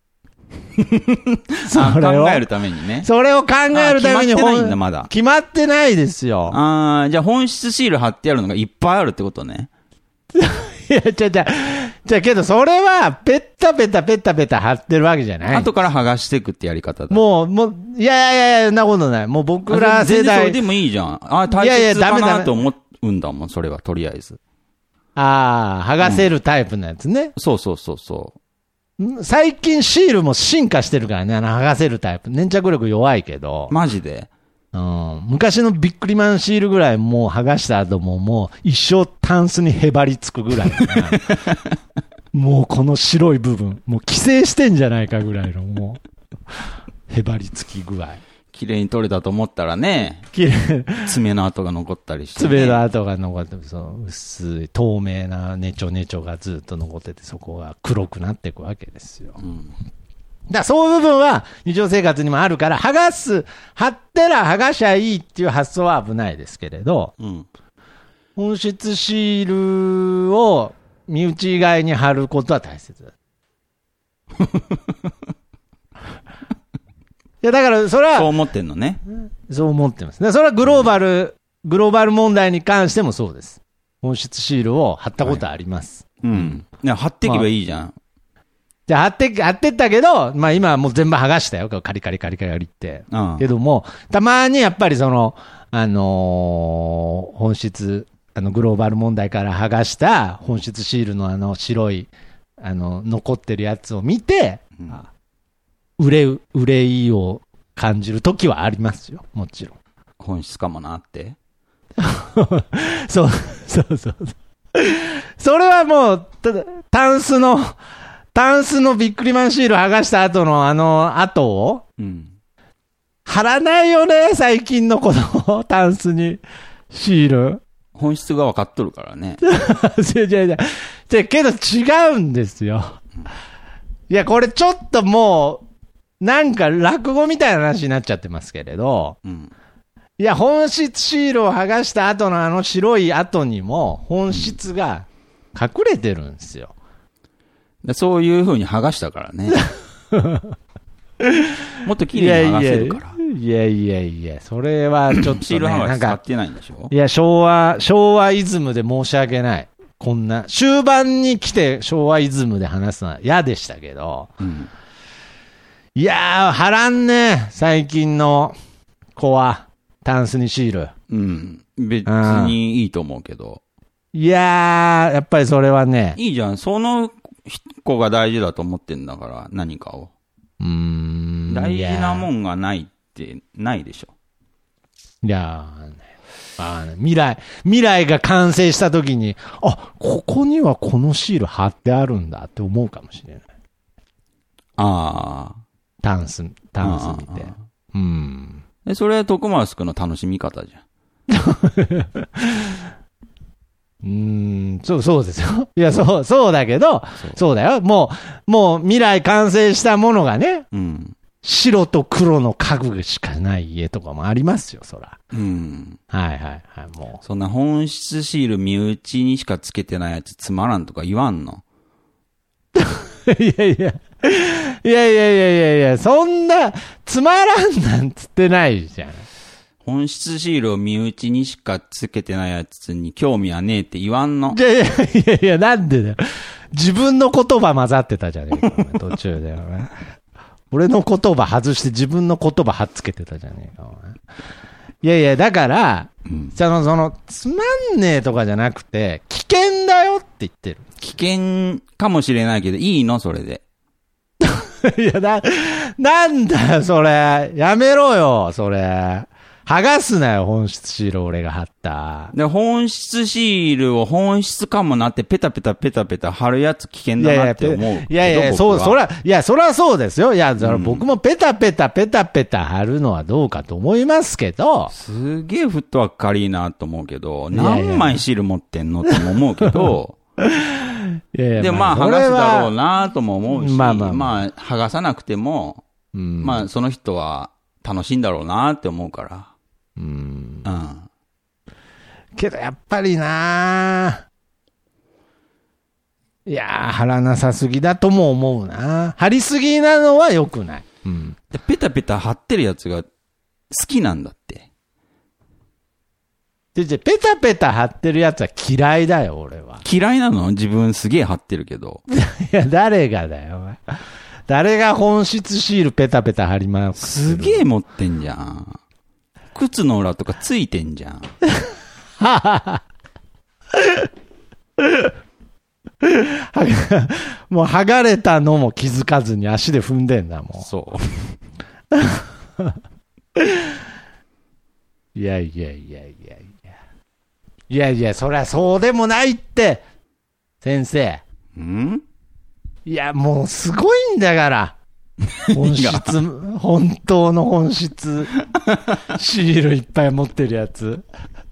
それを考えるためにね。 それを考えるために決まってないんだ、まだ。 決まってないですよ。 ああ、じゃあ本質シール貼ってあるのがいっぱいあるってことね。 いや、じゃじゃじゃけど、それは、ペッタペタペタペタ貼ってるわけじゃない。 後から剥がしていくってやり方だ。 もう、もう、いやいやいや、そんなことない。もう僕ら世代。 それでもいいじゃん。あ、大切かなと思うんだもん、それは、とりあえず。 ああ、剥がせるタイプのやつね。うん、 そうそうそうそう。 最近シールも進化してるからね、あの剥がせるタイプ。粘着力弱いけど。 マジでうん、昔のビックリマンシールぐらいもう剥がした後ももう一生タンスにへばりつくぐらいもうこの白い部分もう寄生してんじゃないかぐらいのもうへばりつき具合。 綺麗に取れたと思ったらね、綺麗爪の跡が残ったりして、ね、 爪の跡が残って、その薄い透明なネチョネチョがずっと残ってて、そこが黒くなっていくわけですよ。うん、だからそういう部分は日常生活にもあるから、剥がす、貼ってら剥がしゃいいっていう発想は危ないですけれど、うん、本質シールを身内以外に貼ることは大切だ。いやだからそれはそう思ってんのね。 そう思ってます。でそれはグローバル、グローバル問題に関してもそうです。本質シールを貼ったことあります。 はい、うん。いや貼っていけばいいじゃん。まあ、 じゃあ貼って、貼ってったけど、まあ今はもう全部剥がしたよ。カリカリカリカリって。うん、けども、たまにやっぱりその、あのー、本質、あのグローバル問題から剥がした本質シールのあの白い、あの、残ってるやつを見て、うん、憂い、憂いを感じるときはありますよ。もちろん。 本質かもなって。 そう、そうそう。それはもう、タンスの、タンスのビックリマンシール剥がした後のあの後を、うん、貼らないよね、最近の子供、タンスにシール。 本質が分かっとるからね。 じゃじゃじゃじゃけど違うんですよ。いや、これちょっともう、なんか落語みたいな話になっちゃってますけれど、うん、いや、本質シールを剥がした後のあの白い跡にも本質が隠れてるんですよ。 うん、そういう風に剥がしたからね。もっと綺麗に剥がせるから。 いやいやいや、それはちょっと、ね、 シール剥がし使ってないんでしょ？ いや、昭和、昭和イズムで申し訳ない。こんな、終盤に来て昭和イズムで話すのは嫌でしたけど、うん、いやー、貼らんね、最近の子は、タンスにシール。 うん。別にいいと思うけど。 いやー、やっぱりそれはね。 いいじゃん。その子が大事だと思ってんだから、何かを。うーん。大事なもんがないってないでしょ。 いやー、あー、未来、未来が完成した時に、あ、ここにはこのシール貼ってあるんだって思うかもしれない。 ああ。 タンス、タンス見て。うん。 え、それは徳松くんの楽しみ方じゃん。 うーん、そう、そうですよ。いや、そう、そうだけど、そう、そうだよ。もう、もう未来完成したものがね、うん、白と黒の家具しかない家とかもありますよ、そら。うん。はいはいはい、もう。そんな本質シール身内にしかつけてないやつつまらんとか言わんの？ いやいや。いやいやいやいやいや、そんな、つまらんなんつってないじゃん。 本質シールを身内にしかつけてないやつに興味はねえって言わんの。 いやいやいやいや、なんでだよ。自分の言葉混ざってたじゃねえか、途中で。俺の言葉外して自分の言葉はっつけてたじゃねえか、お前。いやいや、だから、うん、その、その、つまんねえとかじゃなくて、危険だよって言ってる。 危険かもしれないけど、いいのそれで。 いや、な、なんだよ、それ。やめろよ、それ。剥がすなよ、本質シール俺が貼った。 で、本質シールを本質かもなってペタペタペタペタ貼るやつ危険だなって思う。 いやいや、いやいやそう、そら、いや、そらそうですよ。いや、うん、僕もペタペタペタペタ貼るのはどうかと思いますけど。 すげえフットワーク軽いなと思うけど、何枚シール持ってんのって思うけど。いやいやで、まあ、剥がすだろうなとも思うし、まあまあ、まあ、剥がさなくても、うん、まあ、その人は楽しいんだろうなって思うから。うん。うん。 けど、やっぱりな、いやー、貼らなさすぎだとも思うな。貼りすぎなのは良くない。うん。 で、ペタペタ貼ってるやつが好きなんだって。 で、じゃペタペタ貼ってるやつは嫌いだよ、俺は。 嫌いなの？自分すげえ貼ってるけど。 いや、誰がだよ。誰が本質シールペタペタ貼ります？ すげえ持ってんじゃん。靴の裏とかついてんじゃん。 もう剥がれたのも気づかずに足で踏んでんだもん。 そいやいやいやいやいや。いやいや、そりゃそうでもないって、先生。 ん？ いや、もうすごいんだから。本質、本当の本質。シールいっぱい持ってるやつ。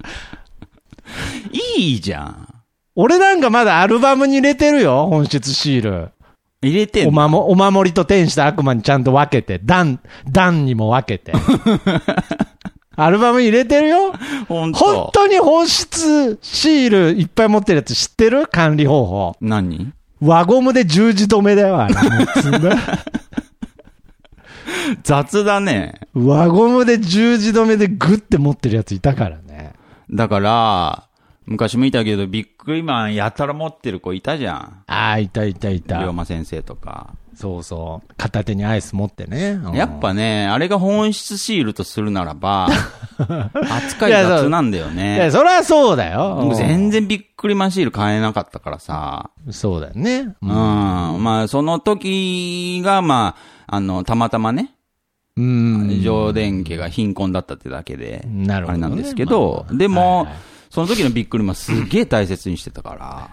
いいじゃん。 俺なんかまだアルバムに入れてるよ、本質シール。 入れてんの？おまも、お守りと天使と悪魔にちゃんと分けて、段、段にも分けて。アルバム入れてるよ。 本当。 本当に本質シールいっぱい持ってるやつ知ってる？管理方法。 何？ 輪ゴムで十字止めだよ、あれ。 雑だね。 輪ゴムで十字止めでグッて持ってるやついたからね。 だから、昔もいたけど、ビックリマンやたら持ってる子いたじゃん。 ああ、いたいたいた。 龍馬先生とか。 そうそう。片手にアイス持ってね。うん、 やっぱね、あれが本質シールとするならば、扱い雑なんだよね。 いや、そりゃそうだよ。 僕全然ビックリマンシール買えなかったからさ。 そうだよね。 うん。うん、まあ、その時が、まあ、あの、たまたまね。うん。上田家が貧困だったってだけで。なるほど、ね。あれなんですけど、まあ、でも、はいはい、その時のビックリマンすげえ大切にしてたから。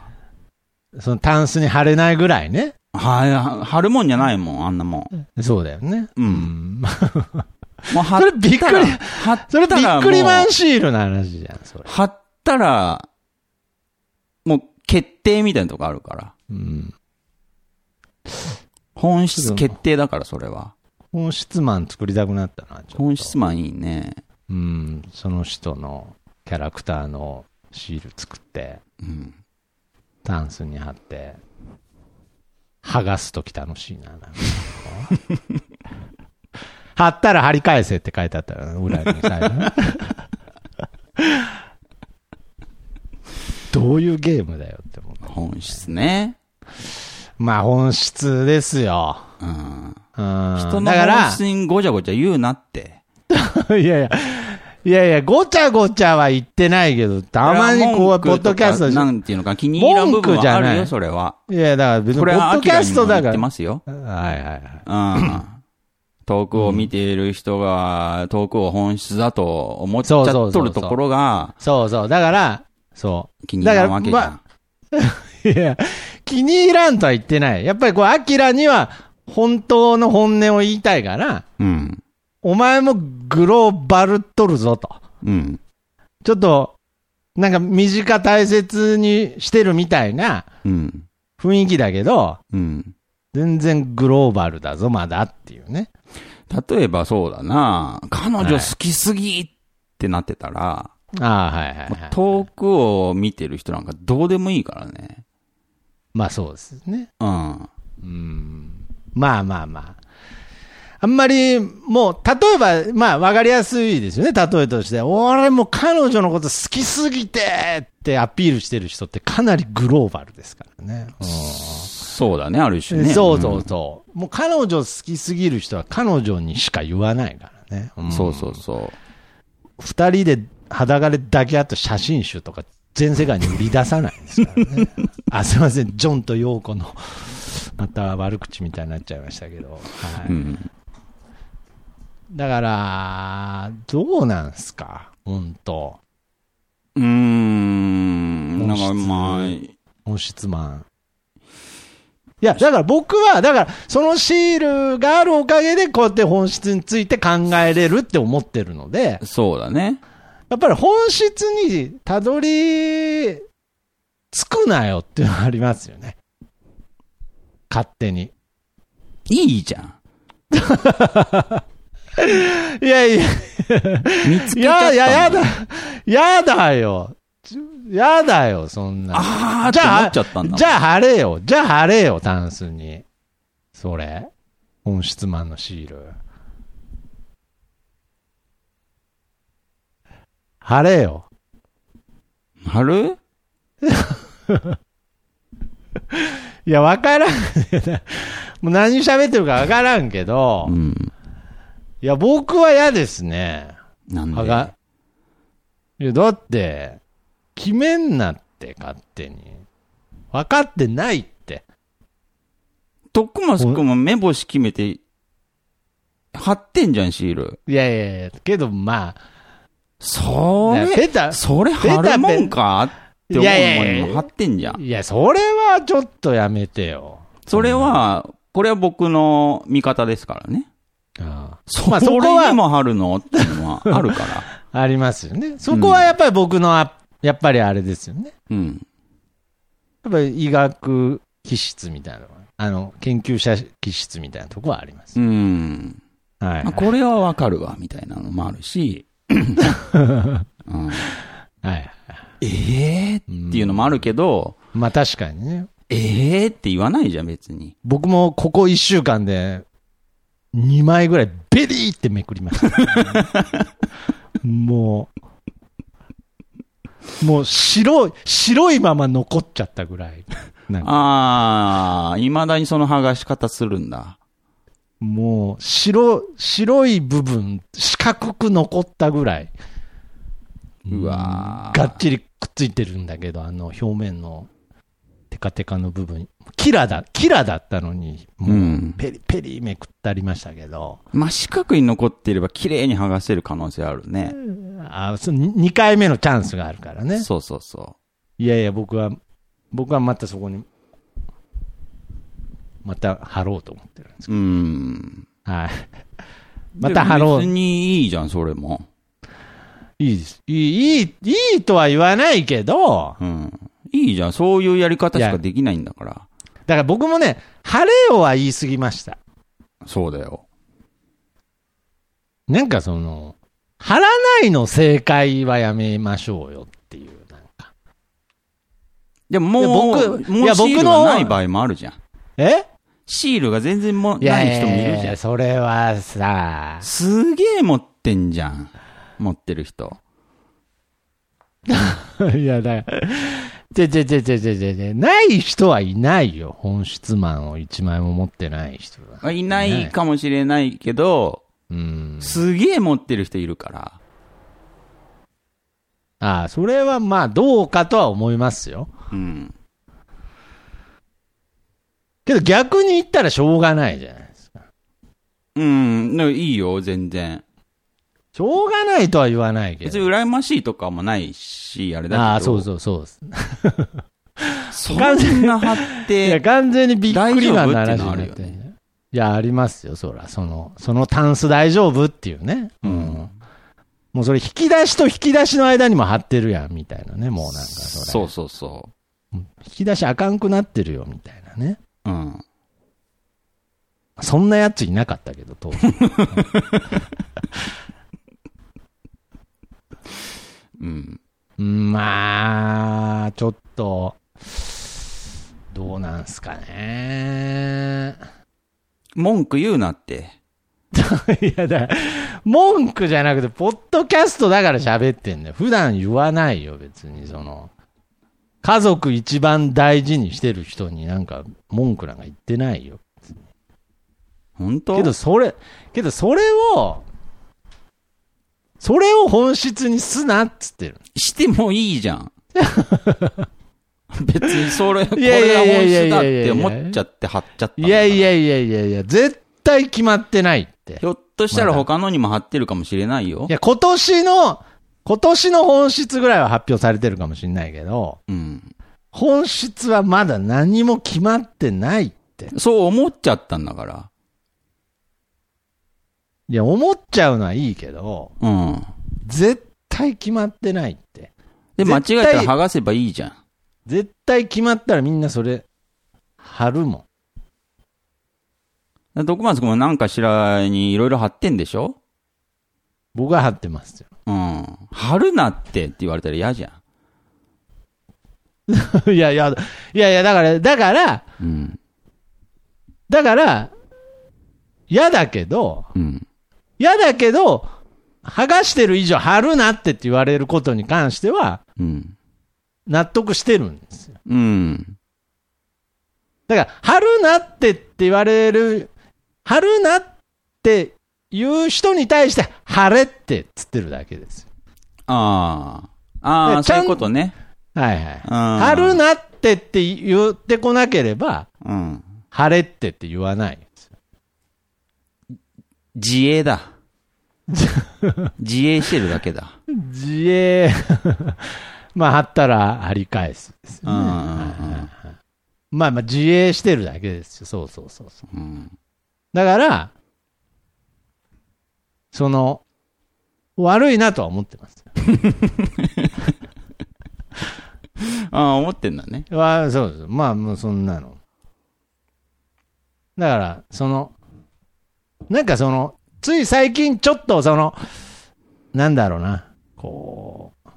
そのタンスに貼れないぐらいね。 はい、貼るもんじゃないもん、あんなもん。そうだよね。うん。もう貼それびっくり、それびっくりマンシールの話じゃん、それ。 貼ったら、もう決定みたいなとこあるから。うん。本質決定だから、それは。 本質マン作りたくなったな、ちょっと。 本質マンいいね。 うん、その人のキャラクターのシール作って、うん、タンスに貼って、剥がすとき楽しいな。なんか貼ったら貼り返せって書いてあったら、裏に最後どういうゲームだよって思う、ね。 本質ね。 まあ本質ですよ。 うん。うん、人の本質にごちゃごちゃ言うなって。 いやいや。いやいや、ごちゃごちゃは言ってないけど、たまにこう、ポッドキャストで。なんていうのか、気に入らん部分はあるよ、それは。 いや、だから別に、ポッドキャストだから。言ってますよ。 はいはいはい。 うん。遠くを見ている人が、遠くを本質だと思っちゃっとるところが。 そうそう。だから、そう。 気に入らんわけじゃん。まいや、気に入らんとは言ってない。やっぱりこう、アキラには、本当の本音を言いたいから、うん。お前もグローバルっとるぞと。うん。ちょっと、なんか短大切にしてるみたいな雰囲気だけど、うん。全然グローバルだぞ、まだっていうね。 例えばそうだな、彼女好きすぎってなってたら、はい、 ああ、はいはい、はい。 遠くを見てる人なんかどうでもいいからね。 まあそうですね。 うん。 うん。まあまあまあ。あんまり、もう、例えば、まあ、わかりやすいですよね、例えとして。俺も彼女のこと好きすぎてってアピールしてる人ってかなりグローバルですからね。うん、 そうだね、ある種ね。 そうそうそう。うん、もう彼女好きすぎる人は彼女にしか言わないからね。 うん、そうそうそう。 二人で裸で抱き合った写真集とか全世界に売り出さないんですからね。あ、すいません、ジョンとヨーコの、また悪口みたいになっちゃいましたけど。はい。うんだから、どうなんすか本当。 うーん。なんか、まあ。 本質マン。いや、だから僕は、だから、そのシールがあるおかげで、こうやって本質について考えれるって思ってるので。 そうだね。 やっぱり本質にたどり着くなよっていうのがありますよね。勝手に。 いいじゃん。 いやいや、 見つけちゃったんだ。 いや、やだ、やだよ。やだよ、そんな。 ああ、じゃあ、じゃあ貼れよ。じゃあ貼れよ、タンスに。それ。本質マンのシール。貼れよ。 貼るいや、わからん。もう何喋ってるかわからんけど、うん、いや、僕は嫌ですね。 なんで？ いや、だって、決めんなって、勝手に。分かってないって。 徳松くんも目星決めて、貼ってんじゃん、シール。 いやいやいや、けどまあ、 それ、ペタ、それ貼るもんかって思うもの貼ってんじゃん。 いや、それはちょっとやめてよ。 それは、これは僕の見方ですからね。ああ、そ、まあ、そこは。それにも貼るのっていうのはあるから。 ありますよね。そこはやっぱり僕の、やっぱりあれですよね。うん。やっぱり医学気質みたいなのは、あの、研究者気質みたいなところはあります。うん。はい、はい。 これはわかるわ、みたいなのもあるし。うん、はい。ええー、っていうのもあるけど。 うん、まあ確かにね。 ええー、って言わないじゃん、別に。 僕もここ一週間で、にまいぐらいベリーってめくりました。もう、もう白い、白いまま残っちゃったぐらい。 ああ、未だにその剥がし方するんだ。 もう、白、白い部分、四角く残ったぐらい。 うわー。がっちりくっついてるんだけど、あの表面のテカテカの部分。キラだ、キラだったのに、もう、ペリペリめくったりましたけど。 うん、まあ、四角に残っていれば綺麗に剥がせる可能性あるね。 あ、そのにかいめのチャンスがあるからね。 そうそうそう。 いやいや、僕は、僕はまたそこに、また貼ろうと思ってるんですけど。うん。はい。また貼ろう。 別にいいじゃん、それも。 いいです。いい、いい、いいとは言わないけど。 うん。いいじゃん。そういうやり方しかできないんだから。 だから僕もね、貼れよは言い過ぎました。 そうだよ。 なんかその、貼らないの正解はやめましょうよっていう、なんか。 でももう、僕、もうシールがない場合もあるじゃん。 えシールが全然もない人もいるじゃん。いやいやそれはさ、 すげえ持ってんじゃん。持ってる人。 いや、だから、ちぇちぇちぇちぇちぇちぇない人はいないよ。本質マンを一枚も持ってない人は。 いないかもしれないけど、うん、すげえ持ってる人いるから。 ああ、それはまあどうかとは思いますよ。うん。けど逆に言ったらしょうがないじゃないですか。 うん、いいよ、全然。 しょうがないとは言わないけど。 別に羨ましいとかもないし、あれだけど。 ああ、そうそうそうです。 そんな貼って。 いや、完全にびっくりな話になってる。いや、ありますよ、そら。その、そのタンス大丈夫っていうね。うん。うん、もうそれ引き出しと引き出しの間にも貼ってるやん、みたいなね。もうなんかそれ。 そうそうそう。 引き出しあかんくなってるよ、みたいなね。うん。そんなやついなかったけど、当時。うん。まあ、ちょっと、どうなんすかね。 文句言うなって。 いやだ、文句じゃなくて、ポッドキャストだから喋ってんだよ。普段言わないよ、別に。その、家族一番大事にしてる人になんか文句なんか言ってないよ。 本当？ けどそれ、けどそれを、それを本質にすなっつってる。 してもいいじゃん。別にそれ、これが本質だって思っちゃって貼っちゃったんだから。 いやいやいやいやいや、絶対決まってないって。 ひょっとしたら他のにも貼ってるかもしれないよ。 いや、今年の、今年の本質ぐらいは発表されてるかもしれないけど、うん、本質はまだ何も決まってないって。 そう思っちゃったんだから。 いや、思っちゃうのはいいけど、うん、絶対決まってないって。 で、間違えたら剥がせばいいじゃん。 絶対決まったらみんなそれ、貼るもん。徳松君もなんかしらにいろいろ貼ってんでしょ？ 僕は貼ってますよ。 うん。貼るなってって言われたら嫌じゃん。いやいや、いやいや、だから、だから、うん、だから、嫌だけど、うん、嫌だけど、剥がしてる以上貼るなってって言われることに関しては、うん、納得してるんですよ。うん。だから、貼るなってって言われる、貼るなって言う人に対して、貼れってつってるだけですよ。 ああ。ああ、そういうことね。 はいはい。貼るなってって言ってこなければ、うん、貼れってって言わないですよ。 自衛だ。 自衛してるだけだ。 自衛、まあ、貼ったら貼り返すですよね。まあまあ、自衛してるだけですよ。そうそうそうそう、うん。だから、その、悪いなとは思ってます。 ああ、思ってんだね。 あ、そうです。まあ、もうそんなの。だから、その、なんかその、つい最近ちょっとその、なんだろうな、こう、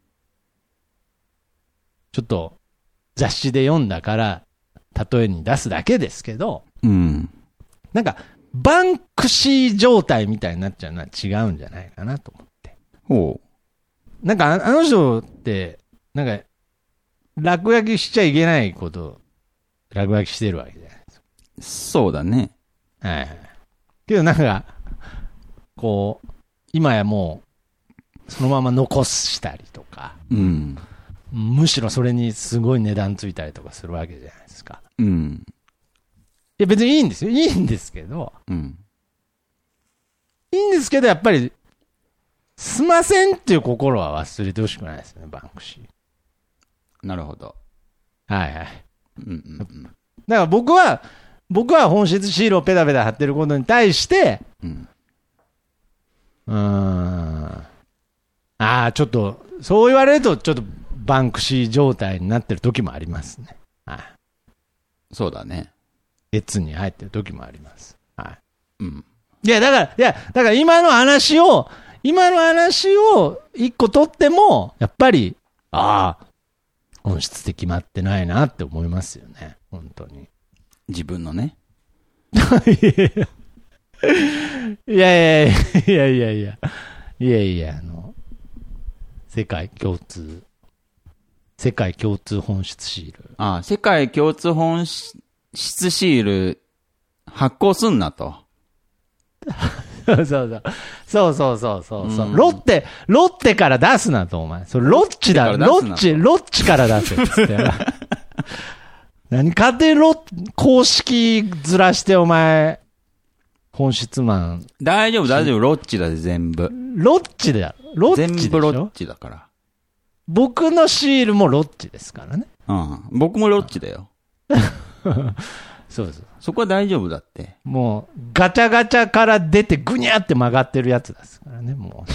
ちょっと雑誌で読んだから例えに出すだけですけど、うん、なんかバンクシー状態みたいになっちゃうのは違うんじゃないかなと思って。ほう。なんかあの人ってなんか落書きしちゃいけないこと落書きしてるわけじゃないですか。 そうだね。 はいはい。けどなんかこう今やもうそのまま残したりとか。うん。むしろそれにすごい値段ついたりとかするわけじゃないですか。うん。いや別にいいんですよ。いいんですけど。うん。いいんですけど、やっぱり、すませんっていう心は忘れてほしくないですね、バンクシー。なるほど。 はいはい。うんうんうん。だから僕は、僕は本質シールをペタペタ貼ってることに対して、うん。うーん。ああ、ちょっと、そう言われると、ちょっと、バンクシー状態になってる時もありますね。はい。 そうだね。 列に入ってる時もあります。はい。うん。いや、だから、いや、だから今の話を、今の話を一個取っても、やっぱり、ああ、本質で決まってないなって思いますよね。本当に。 自分のね。 いやいやいやいやいや、いやいや、あの、世界共通。世界共通本質シール。 ああ、世界共通本質シール発行すんなと。 そうそう。そうそうそうそうそう、うん。ロッテ、ロッテから出すなと、お前。それロッチだ。ロッチ、ロッチから出せっつって。何勝手にロッ、公式ずらして、お前、本質マン。 大丈夫、大丈夫。ロッチだぜ、全部。 ロッチだよ。ロッチでしょ。 全部ロッチだから。 僕のシールもロッチですからね。 うん。僕もロッチだよ。 そうです。 そこは大丈夫だって。 もう、ガチャガチャから出てぐにゃって曲がってるやつですからね、もう。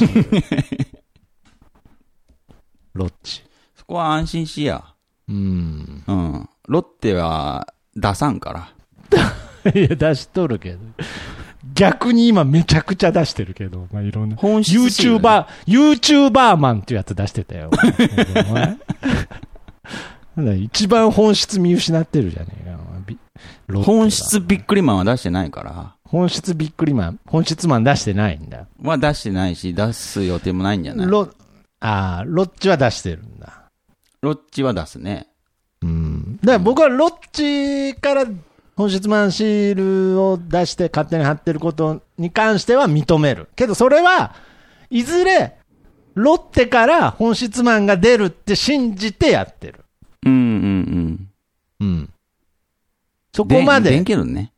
ロッチ。 そこは安心しや。うん。うん。ロッテは出さんから。 いや、出しとるけど。逆に今めちゃくちゃ出してるけど、まあ、いろんな。 本質、ね、 YouTuber、YouTuber マンっていうやつ出してたよ。お前なんだ一番本質見失ってるじゃねえか。 本質びっくりマンは出してないから。 本質びっくりマン、本質マン出してないんだ。 は出してないし、出す予定もないんじゃない？ ロ、ああ、ロッチは出してるんだ。 ロッチは出すね。 うん。だから僕はロッチから本質マンシールを出して勝手に貼ってることに関しては認める。けどそれはいずれロッテから本質マンが出るって信じてやってる。 うんうんうん。うん。 そこまで。 でんけどね。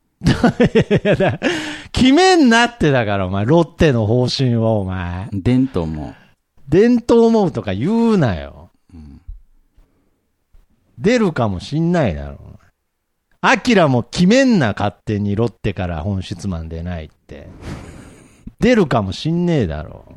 決めんなってだからお前、ロッテの方針をお前。 伝統も。 伝統思うとか言うなよ。うん、出るかもしんないだろ。アキラも決めんな勝手にロッテから本質マン出ないって。出るかもしんねえだろ。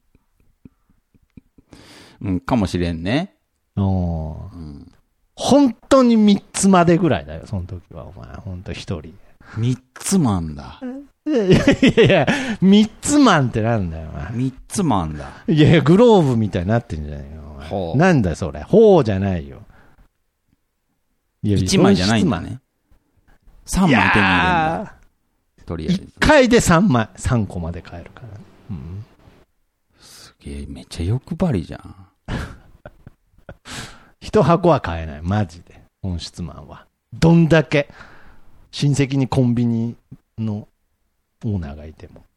うん、かもしれんね。 おー。うん本当に三つまでぐらいだよ、その時は。お前、本当一人。 三つマンだ。 いやいやいや、三つマンってなんだよ、お前。 三つマンだ。 いやいや、グローブみたいになってんじゃないよ、お前。ほう。なんだよ、それ。ほうじゃないよ。 いや一枚じゃないんだね。三枚手に入れるんだ。とりあえず。 一回で三枚、三個まで買えるから、ね。うん。 すげえ、めっちゃ欲張りじゃん。 一箱は買えない。マジで。本質マンは。どんだけ親戚にコンビニのオーナーがいても。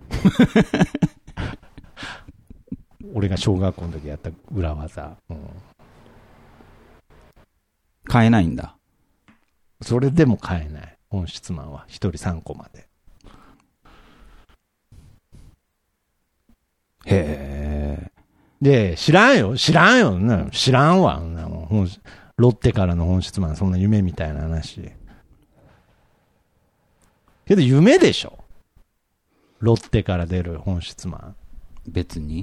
俺が小学校の時やった裏技。うん、 買えないんだ。 それでも買えない。本質マンは。一人三個まで。 へえ。 で、知らんよ、知らんよ、な知らんわ、なもうロッテからの本質マン、そんな夢みたいな話。けど夢でしょ、ロッテから出る本質マン。 別に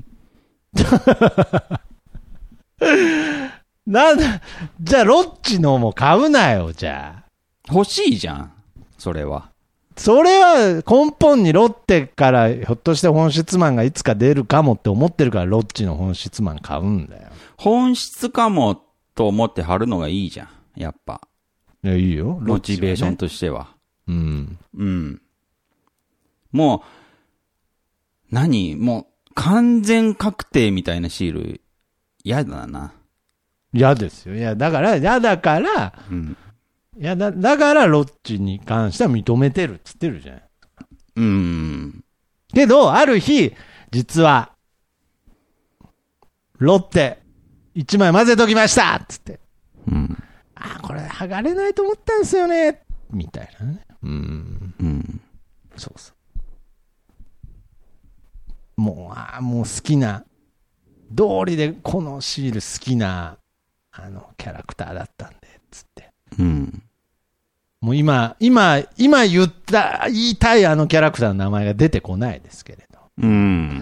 なんだ、じゃあロッチのも買うなよ、じゃあ。 欲しいじゃん、それは。 それは根本にロッテからひょっとして本質マンがいつか出るかもって思ってるからロッチの本質マン買うんだよ。 本質かもと思って貼るのがいいじゃん、やっぱ。 いや、いいよ。 モチベーションとしては。 うん。 うん。もう、何もう、完全確定みたいなシール、嫌だな。 嫌ですよ。いや、だから、嫌だから、うん。いや、だ、だからロッチに関しては認めてるっつってるじゃん。 うん。 けど、ある日、実は、ロッテ、一枚混ぜときましたっつって。 うん。 あ、これ剥がれないと思ったんですよね。みたいなね。うん。 うん。 そうそう。もう、あもう好きな、道理でこのシール好きな、あの、キャラクターだったんで、つって。 うん。 もう今、今、今言った、言いたいあのキャラクターの名前が出てこないですけれど。 うん。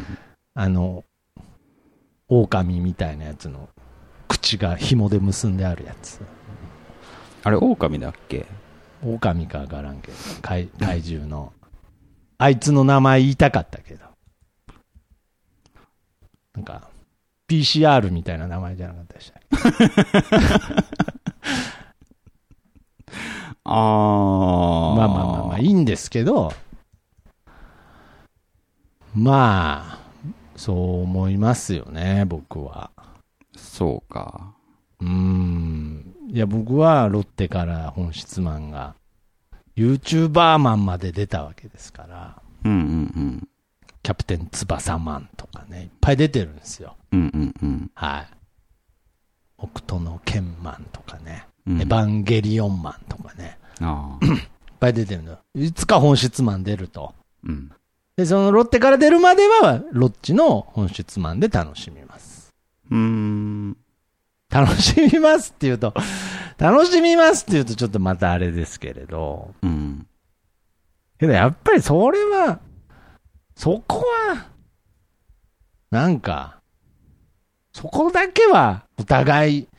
あの、狼みたいなやつの、口が紐で結んであるやつ。 あれ、狼だっけ？ 狼かわからんけど、怪、怪獣の。あいつの名前言いたかったけど。なんか、ピーシーアール みたいな名前じゃなかったでしたっけあー。 まあまあまあまあ、いいんですけど、まあ、そう思いますよね、僕は。 そうか。 うーん。いや、僕はロッテから本質マンが、YouTuber マンまで出たわけですから。 うんうんうん。 キャプテン翼マンとかね、いっぱい出てるんですよ。 うんうんうん。 はい。北斗の拳マンとかね、 うん、 エヴァンゲリオンマンとかね。 ああ。 いっぱい出てるの。いつか本質マン出ると。 うん。 で、そのロッテから出るまでは、ロッチの本質マンで楽しみます。 うーん。 楽しみますって言うと、楽しみますって言うとちょっとまたあれですけれど。 うん。 けどやっぱりそれは、そこは、なんか、そこだけはお互い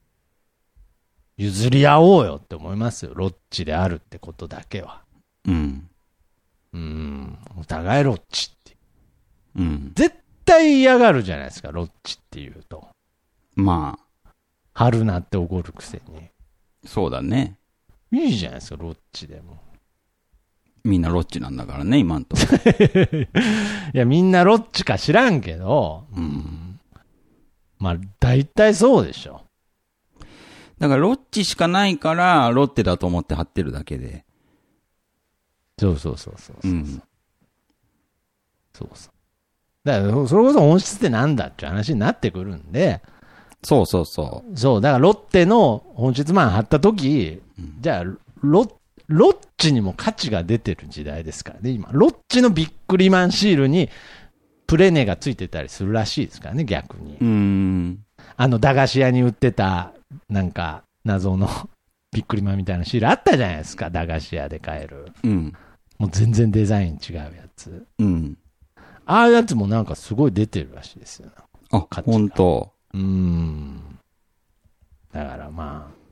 譲り合おうよって思いますよ。ロッチであるってことだけは。 うん。 うん。お互いロッチって。 うん。 絶対嫌がるじゃないですか、ロッチって言うと。 まあ。 春なって怒るくせに。 そうだね。 いいじゃないですか、ロッチでも。 みんなロッチなんだからね、今んとこ。 いや、みんなロッチか知らんけど、うん。まあ、大体そうでしょ。 だからロッチしかないから、ロッテだと思って貼ってるだけで。 そうそうそうそうそう。うん、そうそう。だから、それこそ本質ってなんだっていう話になってくるんで。 そうそうそう。 そう、だからロッテの本質マン貼った時、うん、じゃあ、ロ、ロッチにも価値が出てる時代ですからね、今。ロッチのビックリマンシールにプレネがついてたりするらしいですからね、逆に。 うーん。 あの、駄菓子屋に売ってた、なんか、謎のビックリマンみたいなシールあったじゃないですか、駄菓子屋で買える。 うん。 もう全然デザイン違うやつ。 うん。 ああいうやつもなんかすごい出てるらしいですよ。 あ、ほんと。 うーん。だからまあ。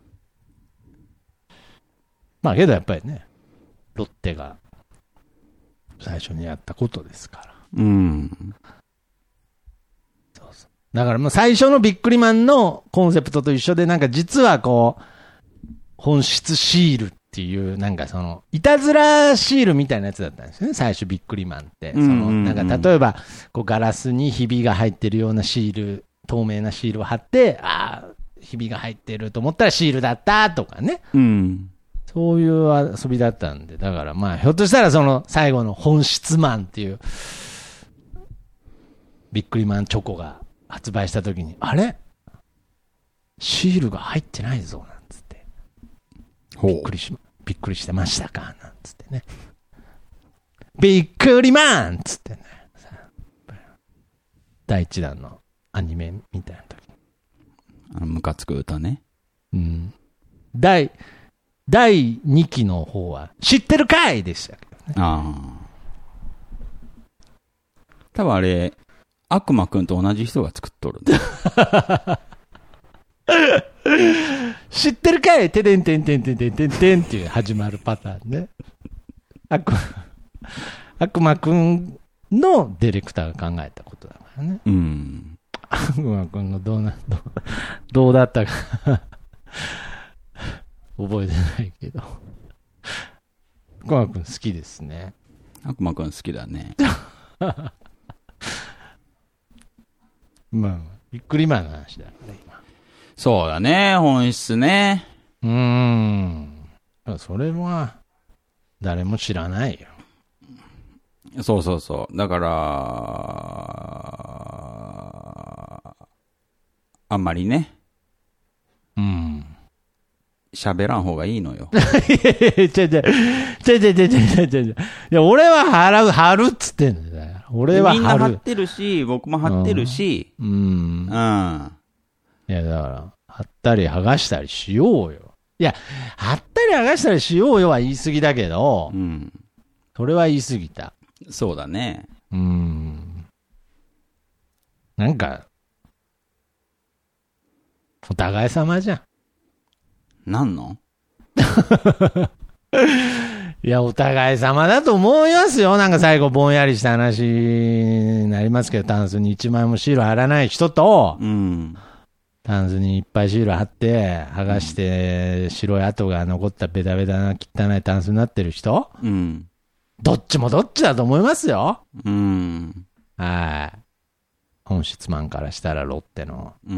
まあけどやっぱりね、ロッテが最初にやったことですから。 うん。 そうそう。だからもう最初のビックリマンのコンセプトと一緒で、なんか実はこう、本質シールっていう、なんかその、いたずらシールみたいなやつだったんですよね、最初ビックリマンって。その、なんか例えば、こうガラスにひびが入ってるようなシール、透明なシールを貼って、ああ、ひびが入ってると思ったらシールだったとかね。 うん。 そういう遊びだったんで、だからまあ、ひょっとしたらその最後の本質マンっていう、ビックリマンチョコが発売したときに、あれシールが入ってないぞ、なんつって。びっくりし、びっくりしてましたかなんつってね。びっくりマンつってね。 だいいちだんのアニメみたいな時。 あの、ムカつく歌ね。 うん。第、第にきの方は、知ってるかいでしたけどね。 ああ。多分あれ、悪魔くんと同じ人が作っとるんだ。 知ってるかいてでんてんてんてんてんてんてんっていう始まるパターンね。悪魔、悪魔くんのディレクターが考えたことだからね。 うん。 悪魔くんのどうな、どう、どうだったか覚えてないけど。悪魔くん好きですね。 悪魔くん好きだね。 まあ、びっくりマンの話だから今。 そうだね、本質ね。 うーん。それは、誰も知らないよ。 そうそうそう。だから、あんまりね。 うん。 喋らん方がいいのよ。 いやいや、ちゃちゃ、ちゃちゃちゃちゃちゃ。いや、俺は払う、貼るっつってんだよ。俺は貼る。 みんな貼ってるし、僕も貼ってるし。 うん。うん。 うん。 いや、だから、貼ったり剥がしたりしようよ。いや、貼ったり剥がしたりしようよは言い過ぎだけど、 うん。 それは言い過ぎた。 そうだね。 うん。なんか、お互い様じゃん。 なんのいや、お互い様だと思いますよ。なんか最後ぼんやりした話になりますけど、タンスにいちまいもシール貼らない人と、 うん。 タンスにいっぱいシール貼って、剥がして白い跡が残ったベタベタな汚いタンスになってる人、 うん。 どっちもどっちだと思いますよ。 うん。 はい。本質マンからしたらロッテの。 うん。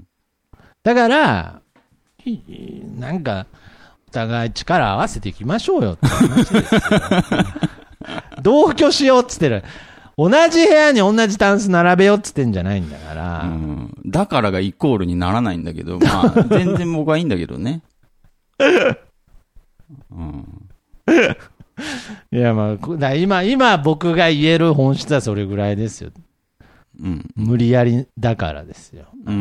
だから、なんか、お互い力合わせていきましょうよって話ですよ。同居しようっつってる。同じ部屋に同じタンス並べようっつってんじゃないんだから。 うん、だからがイコールにならないんだけど、まあ、全然僕はいいんだけどね。うん、 いや、まあ、だ今、今僕が言える本質はそれぐらいですよ。 うん、 無理やりだからですよ。 うん、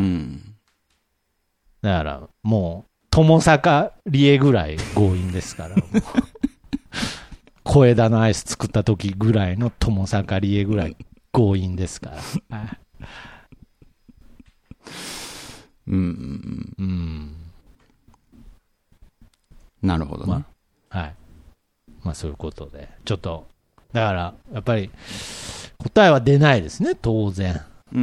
だから、もう、友坂理恵ぐらい強引ですから。小枝のアイス作った時ぐらいの友坂理恵ぐらい強引ですから。 うん、 うん。 なるほどね。 まあ、はい。まあそういうことで。ちょっと、だから、やっぱり、答えは出ないですね、当然。 うん。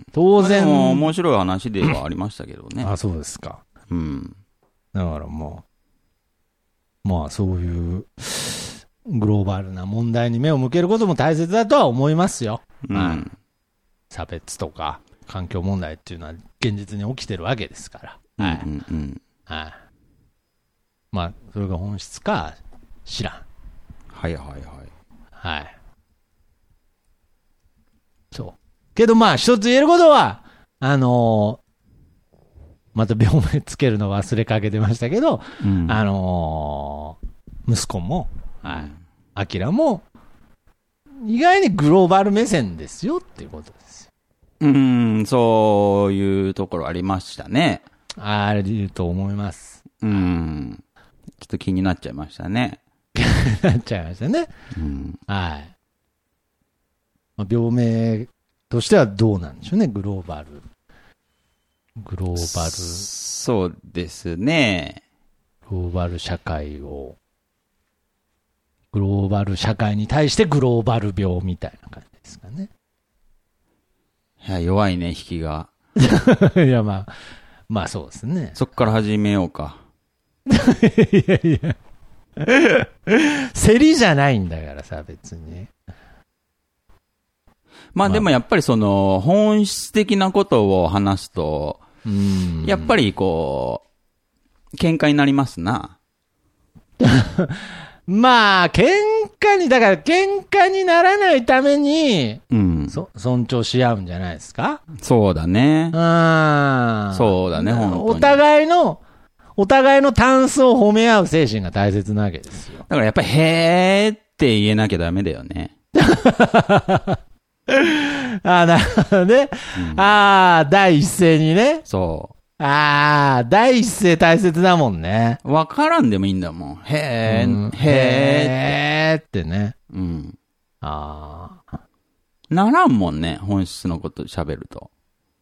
当然。 でも面白い話ではありましたけどね。 あ、そうですか。 うん。 だからもう、まあそういう、グローバルな問題に目を向けることも大切だとは思いますよ。 うん。 まあ、差別とか環境問題っていうのは現実に起きてるわけですから。はい。 うんうん、 はい。まあ、それが本質か知らん。 はいはいはい。 はい。そう。けどまあ一つ言えることは、あのー、また病名つけるの忘れかけてましたけど、うん、あのー、息子も、はい。アキラも、意外にグローバル目線ですよっていうことですよ。 うーん、そういうところありましたね。 あると思います。 うん。ちょっと気になっちゃいましたね。 気になっちゃいましたね。 うん。 はい。まあ、病名としてはどうなんでしょうね、グローバル。グローバル。 そうですね。 グローバル社会を。グローバル社会に対してグローバル病みたいな感じですかね。 いや、弱いね、引きが。 いや、まあ、まあそうですね。 そっから始めようか。 いやいや。競りじゃないんだからさ、別に。 まあでもやっぱりその、本質的なことを話すと、うん、やっぱりこう、喧嘩になりますな。 まあ、喧嘩に、だから喧嘩にならないために、うん、そ尊重し合うんじゃないですか？ そうだね。 ああ。 そうだね、本当に。 お互いの、お互いのタンスを褒め合う精神が大切なわけですよ。 だからやっぱり、へーって言えなきゃダメだよね。 あ、なるほどね。うん、ああ、第一声にね。 そう。 ああ、第一声大切だもんね。 わからんでもいいんだもん。へー、うん、 へーってね。 うん。 ああ。 ならんもんね、本質のこと喋ると。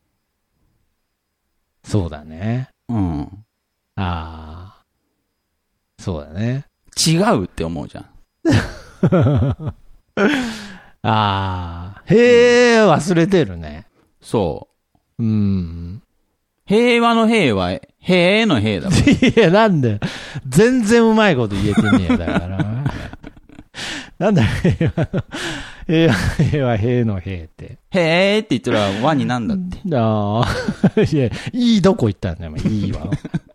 そうだね。 うん。 ああ。そうだね。 違うって思うじゃん。 ああ。へえ、忘れてるね。 そう。うん。 平和の平は、平の平だもん。 いや、なんで、全然うまいこと言えてねえだから。なんだ、平和の、平和、平和、平の平って。 へーって言ったら和になんだって。 ああ。いや、いいどこ行ったんだよ、いいわ。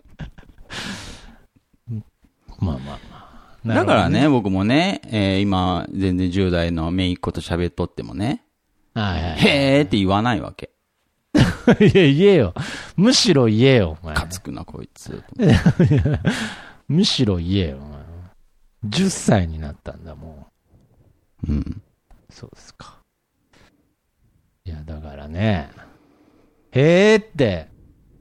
まあまあまあ。 ね、だからね、僕もね、えー、今、全然じゅう代の姪っ子と喋っとってもね、 はいはいはい、 へーって言わないわけ。 いや、言えよ。むしろ言えよ、お前。 かつくな、こいつ。 むしろ言えよ、お前。じゅっさいになったんだ、もう。うん。 そうですか。いや、だからね、へーって、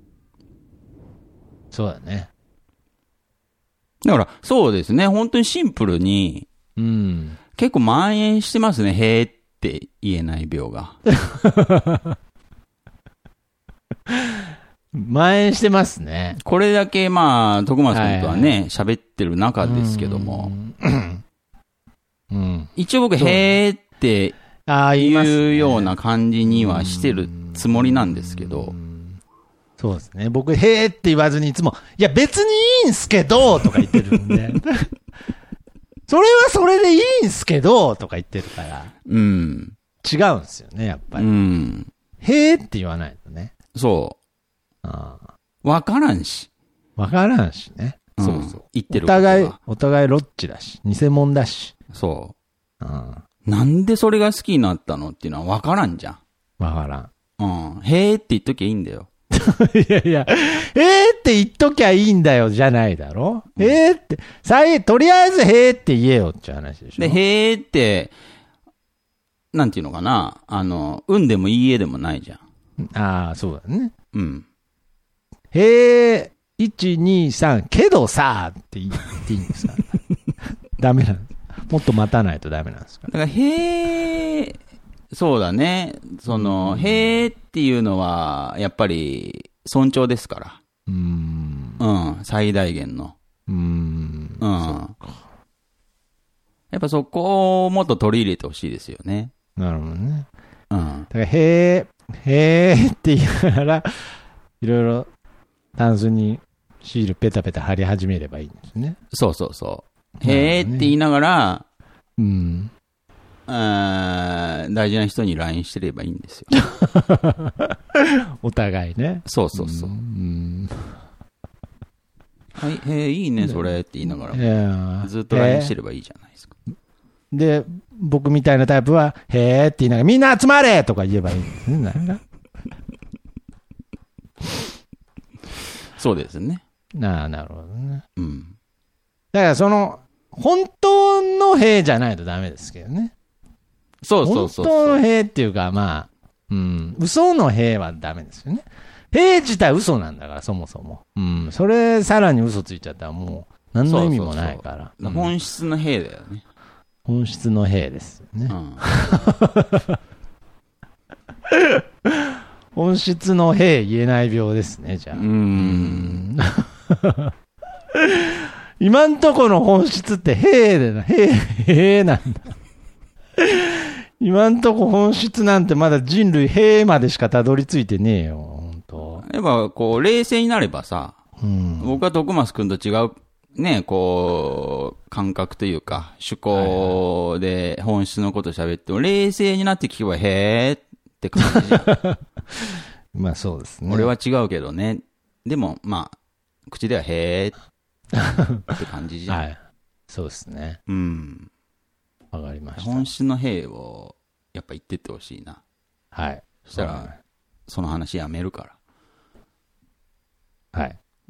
そうだね。 だから、そうですね。本当にシンプルに、 うん。 結構蔓延してますね。へーって言えない病が。 蔓延してますね。 これだけ、まあ、徳松君とはね、喋、はい、ってる中ですけども。 うん、 一応僕、へーっていうような感じにはしてるつもりなんですけど。 そうですね。僕、へーって言わずにいつも、いや別にいいんすけど、とか言ってるんで。それはそれでいいんすけど、とか言ってるから。 うん。 違うんですよね、やっぱり。うん。へーって言わないとね。 そう。ああ。わからんし。 わからんしね。 うん、そうそう。言ってることお互い、お互いロッチだし、偽物だし。 そう。 ああ。 なんでそれが好きになったのっていうのはわからんじゃん。 わからん。 うん。へーって言っときゃいいんだよ。 いやいや、えーって言っときゃいいんだよじゃないだろ、うん、えーって、さえ、とりあえずへーって言えよって話でしょ。 で、へーって、なんていうのかな、あの、うんでもいいえでもないじゃん。 ああ、そうだね。 うん。 へー、いち、に、さん、けどさーって言っていいんですかダメなんです。もっと待たないとダメなんですか。 だから、へー、そうだね。その、うん、へーっていうのは、やっぱり、尊重ですから。 うーん。 うん、最大限の。 うーん。 うん。やっぱそこをもっと取り入れてほしいですよね。 なるほどね。 うん。 だから、へー、へーって言いながら、いろいろ、タンスにシールペタペタ貼り始めればいいんですね。 そうそうそう。へーって言いながら、 うん。 あ大事な人に ライン してればいいんですよ。 お互いね。 そうそうそう。うん、はい、へえ、いいね、それって言いながら。ずっと ライン してればいいじゃないですか。 で、僕みたいなタイプは、へーって言いながら、みんな集まれとか言えばいいんですね。なんだそうですね。 なあ、なるほどね。 うん。 だからその、本当のへーじゃないとダメですけどね。 そうそうそう。 本当のへーっていうか、まあ、うん、嘘のへーはダメですよね。へー自体嘘なんだから、そもそも。うん、それさらに嘘ついちゃったらもう、何の意味もないから。 そうそうそう、うん、本質のへーだよね。 本質のへーですよね。うん、本質のへー言えない病ですね、じゃあ。 うーん。 今んとこの本質ってへーでな、へー、へーなんだ。今んとこ本質なんてまだ人類へーまでしかたどり着いてねえよ、本当。 やっぱこう、冷静になればさ、 うん、 僕は徳松くんと違う、ね、こう、感覚というか、趣向で本質のこと喋っても、冷静になって聞けばへーって感じじゃん。 まあそうですね。 俺は違うけどね。でも、まあ、口ではへーって感じじゃん。はい。 そうですね。 うん。 わかりました。 本質のへーを、やっぱ言ってってほしいな。 はい。 そしたら、その話やめるから。 はい。 うん。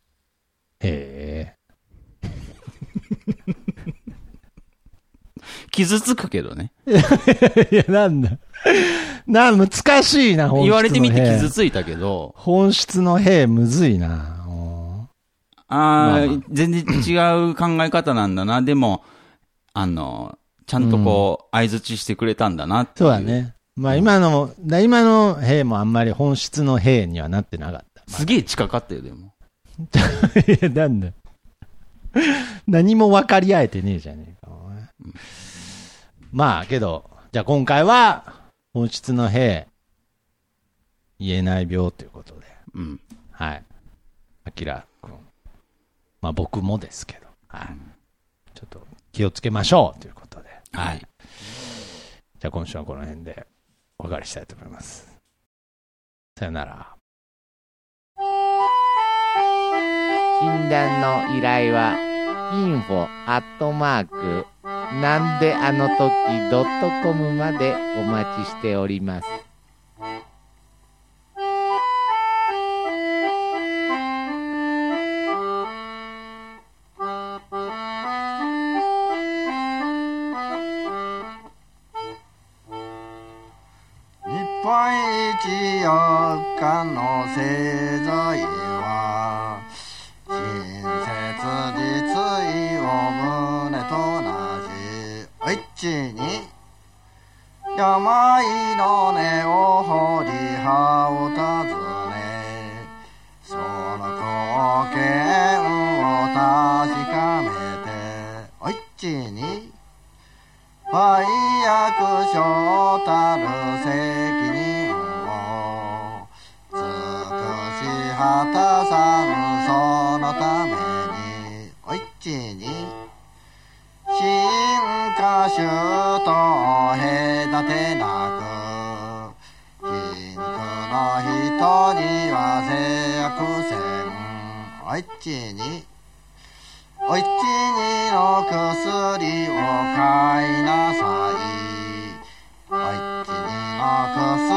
へえ。 傷つくけどね。 いや、なんだ。な、難しいな、本質の兵。 言われてみて傷ついたけど。 本質の兵、むずいな。 あ、まあまあ、全然違う考え方なんだな。でも、あの、ちゃんとこう、相槌してくれたんだなっていう。 そうだね。まあ今の、だ今の兵もあんまり本質の兵にはなってなかった。 すげえ近かったよ、でも。 いや、なんだ。何も分かり合えてねえじゃねえか。うん、まあ、けど、じゃあ今回は、本質の兵、言えない病ということで。 うん。 はい。あきらくん。まあ僕もですけど。はい。うん、ちょっと気をつけましょうということで。 はい。 じゃあ今週はこの辺でお別れしたいと思います。さよなら。 診断の依頼は、インフォアットマーク、なんであの時ドットコムまでお待ちしております。 日本一よっかの製材は親切実意を胸と同じお一に病の根を掘り葉を尋ねその貢献を確かめてお一に売約所たる責任を尽くし果たさぬそのためにお一に新歌手と隔てなく貧苦の人には制約せんお一にお一にの薬を買いなさいお一にの薬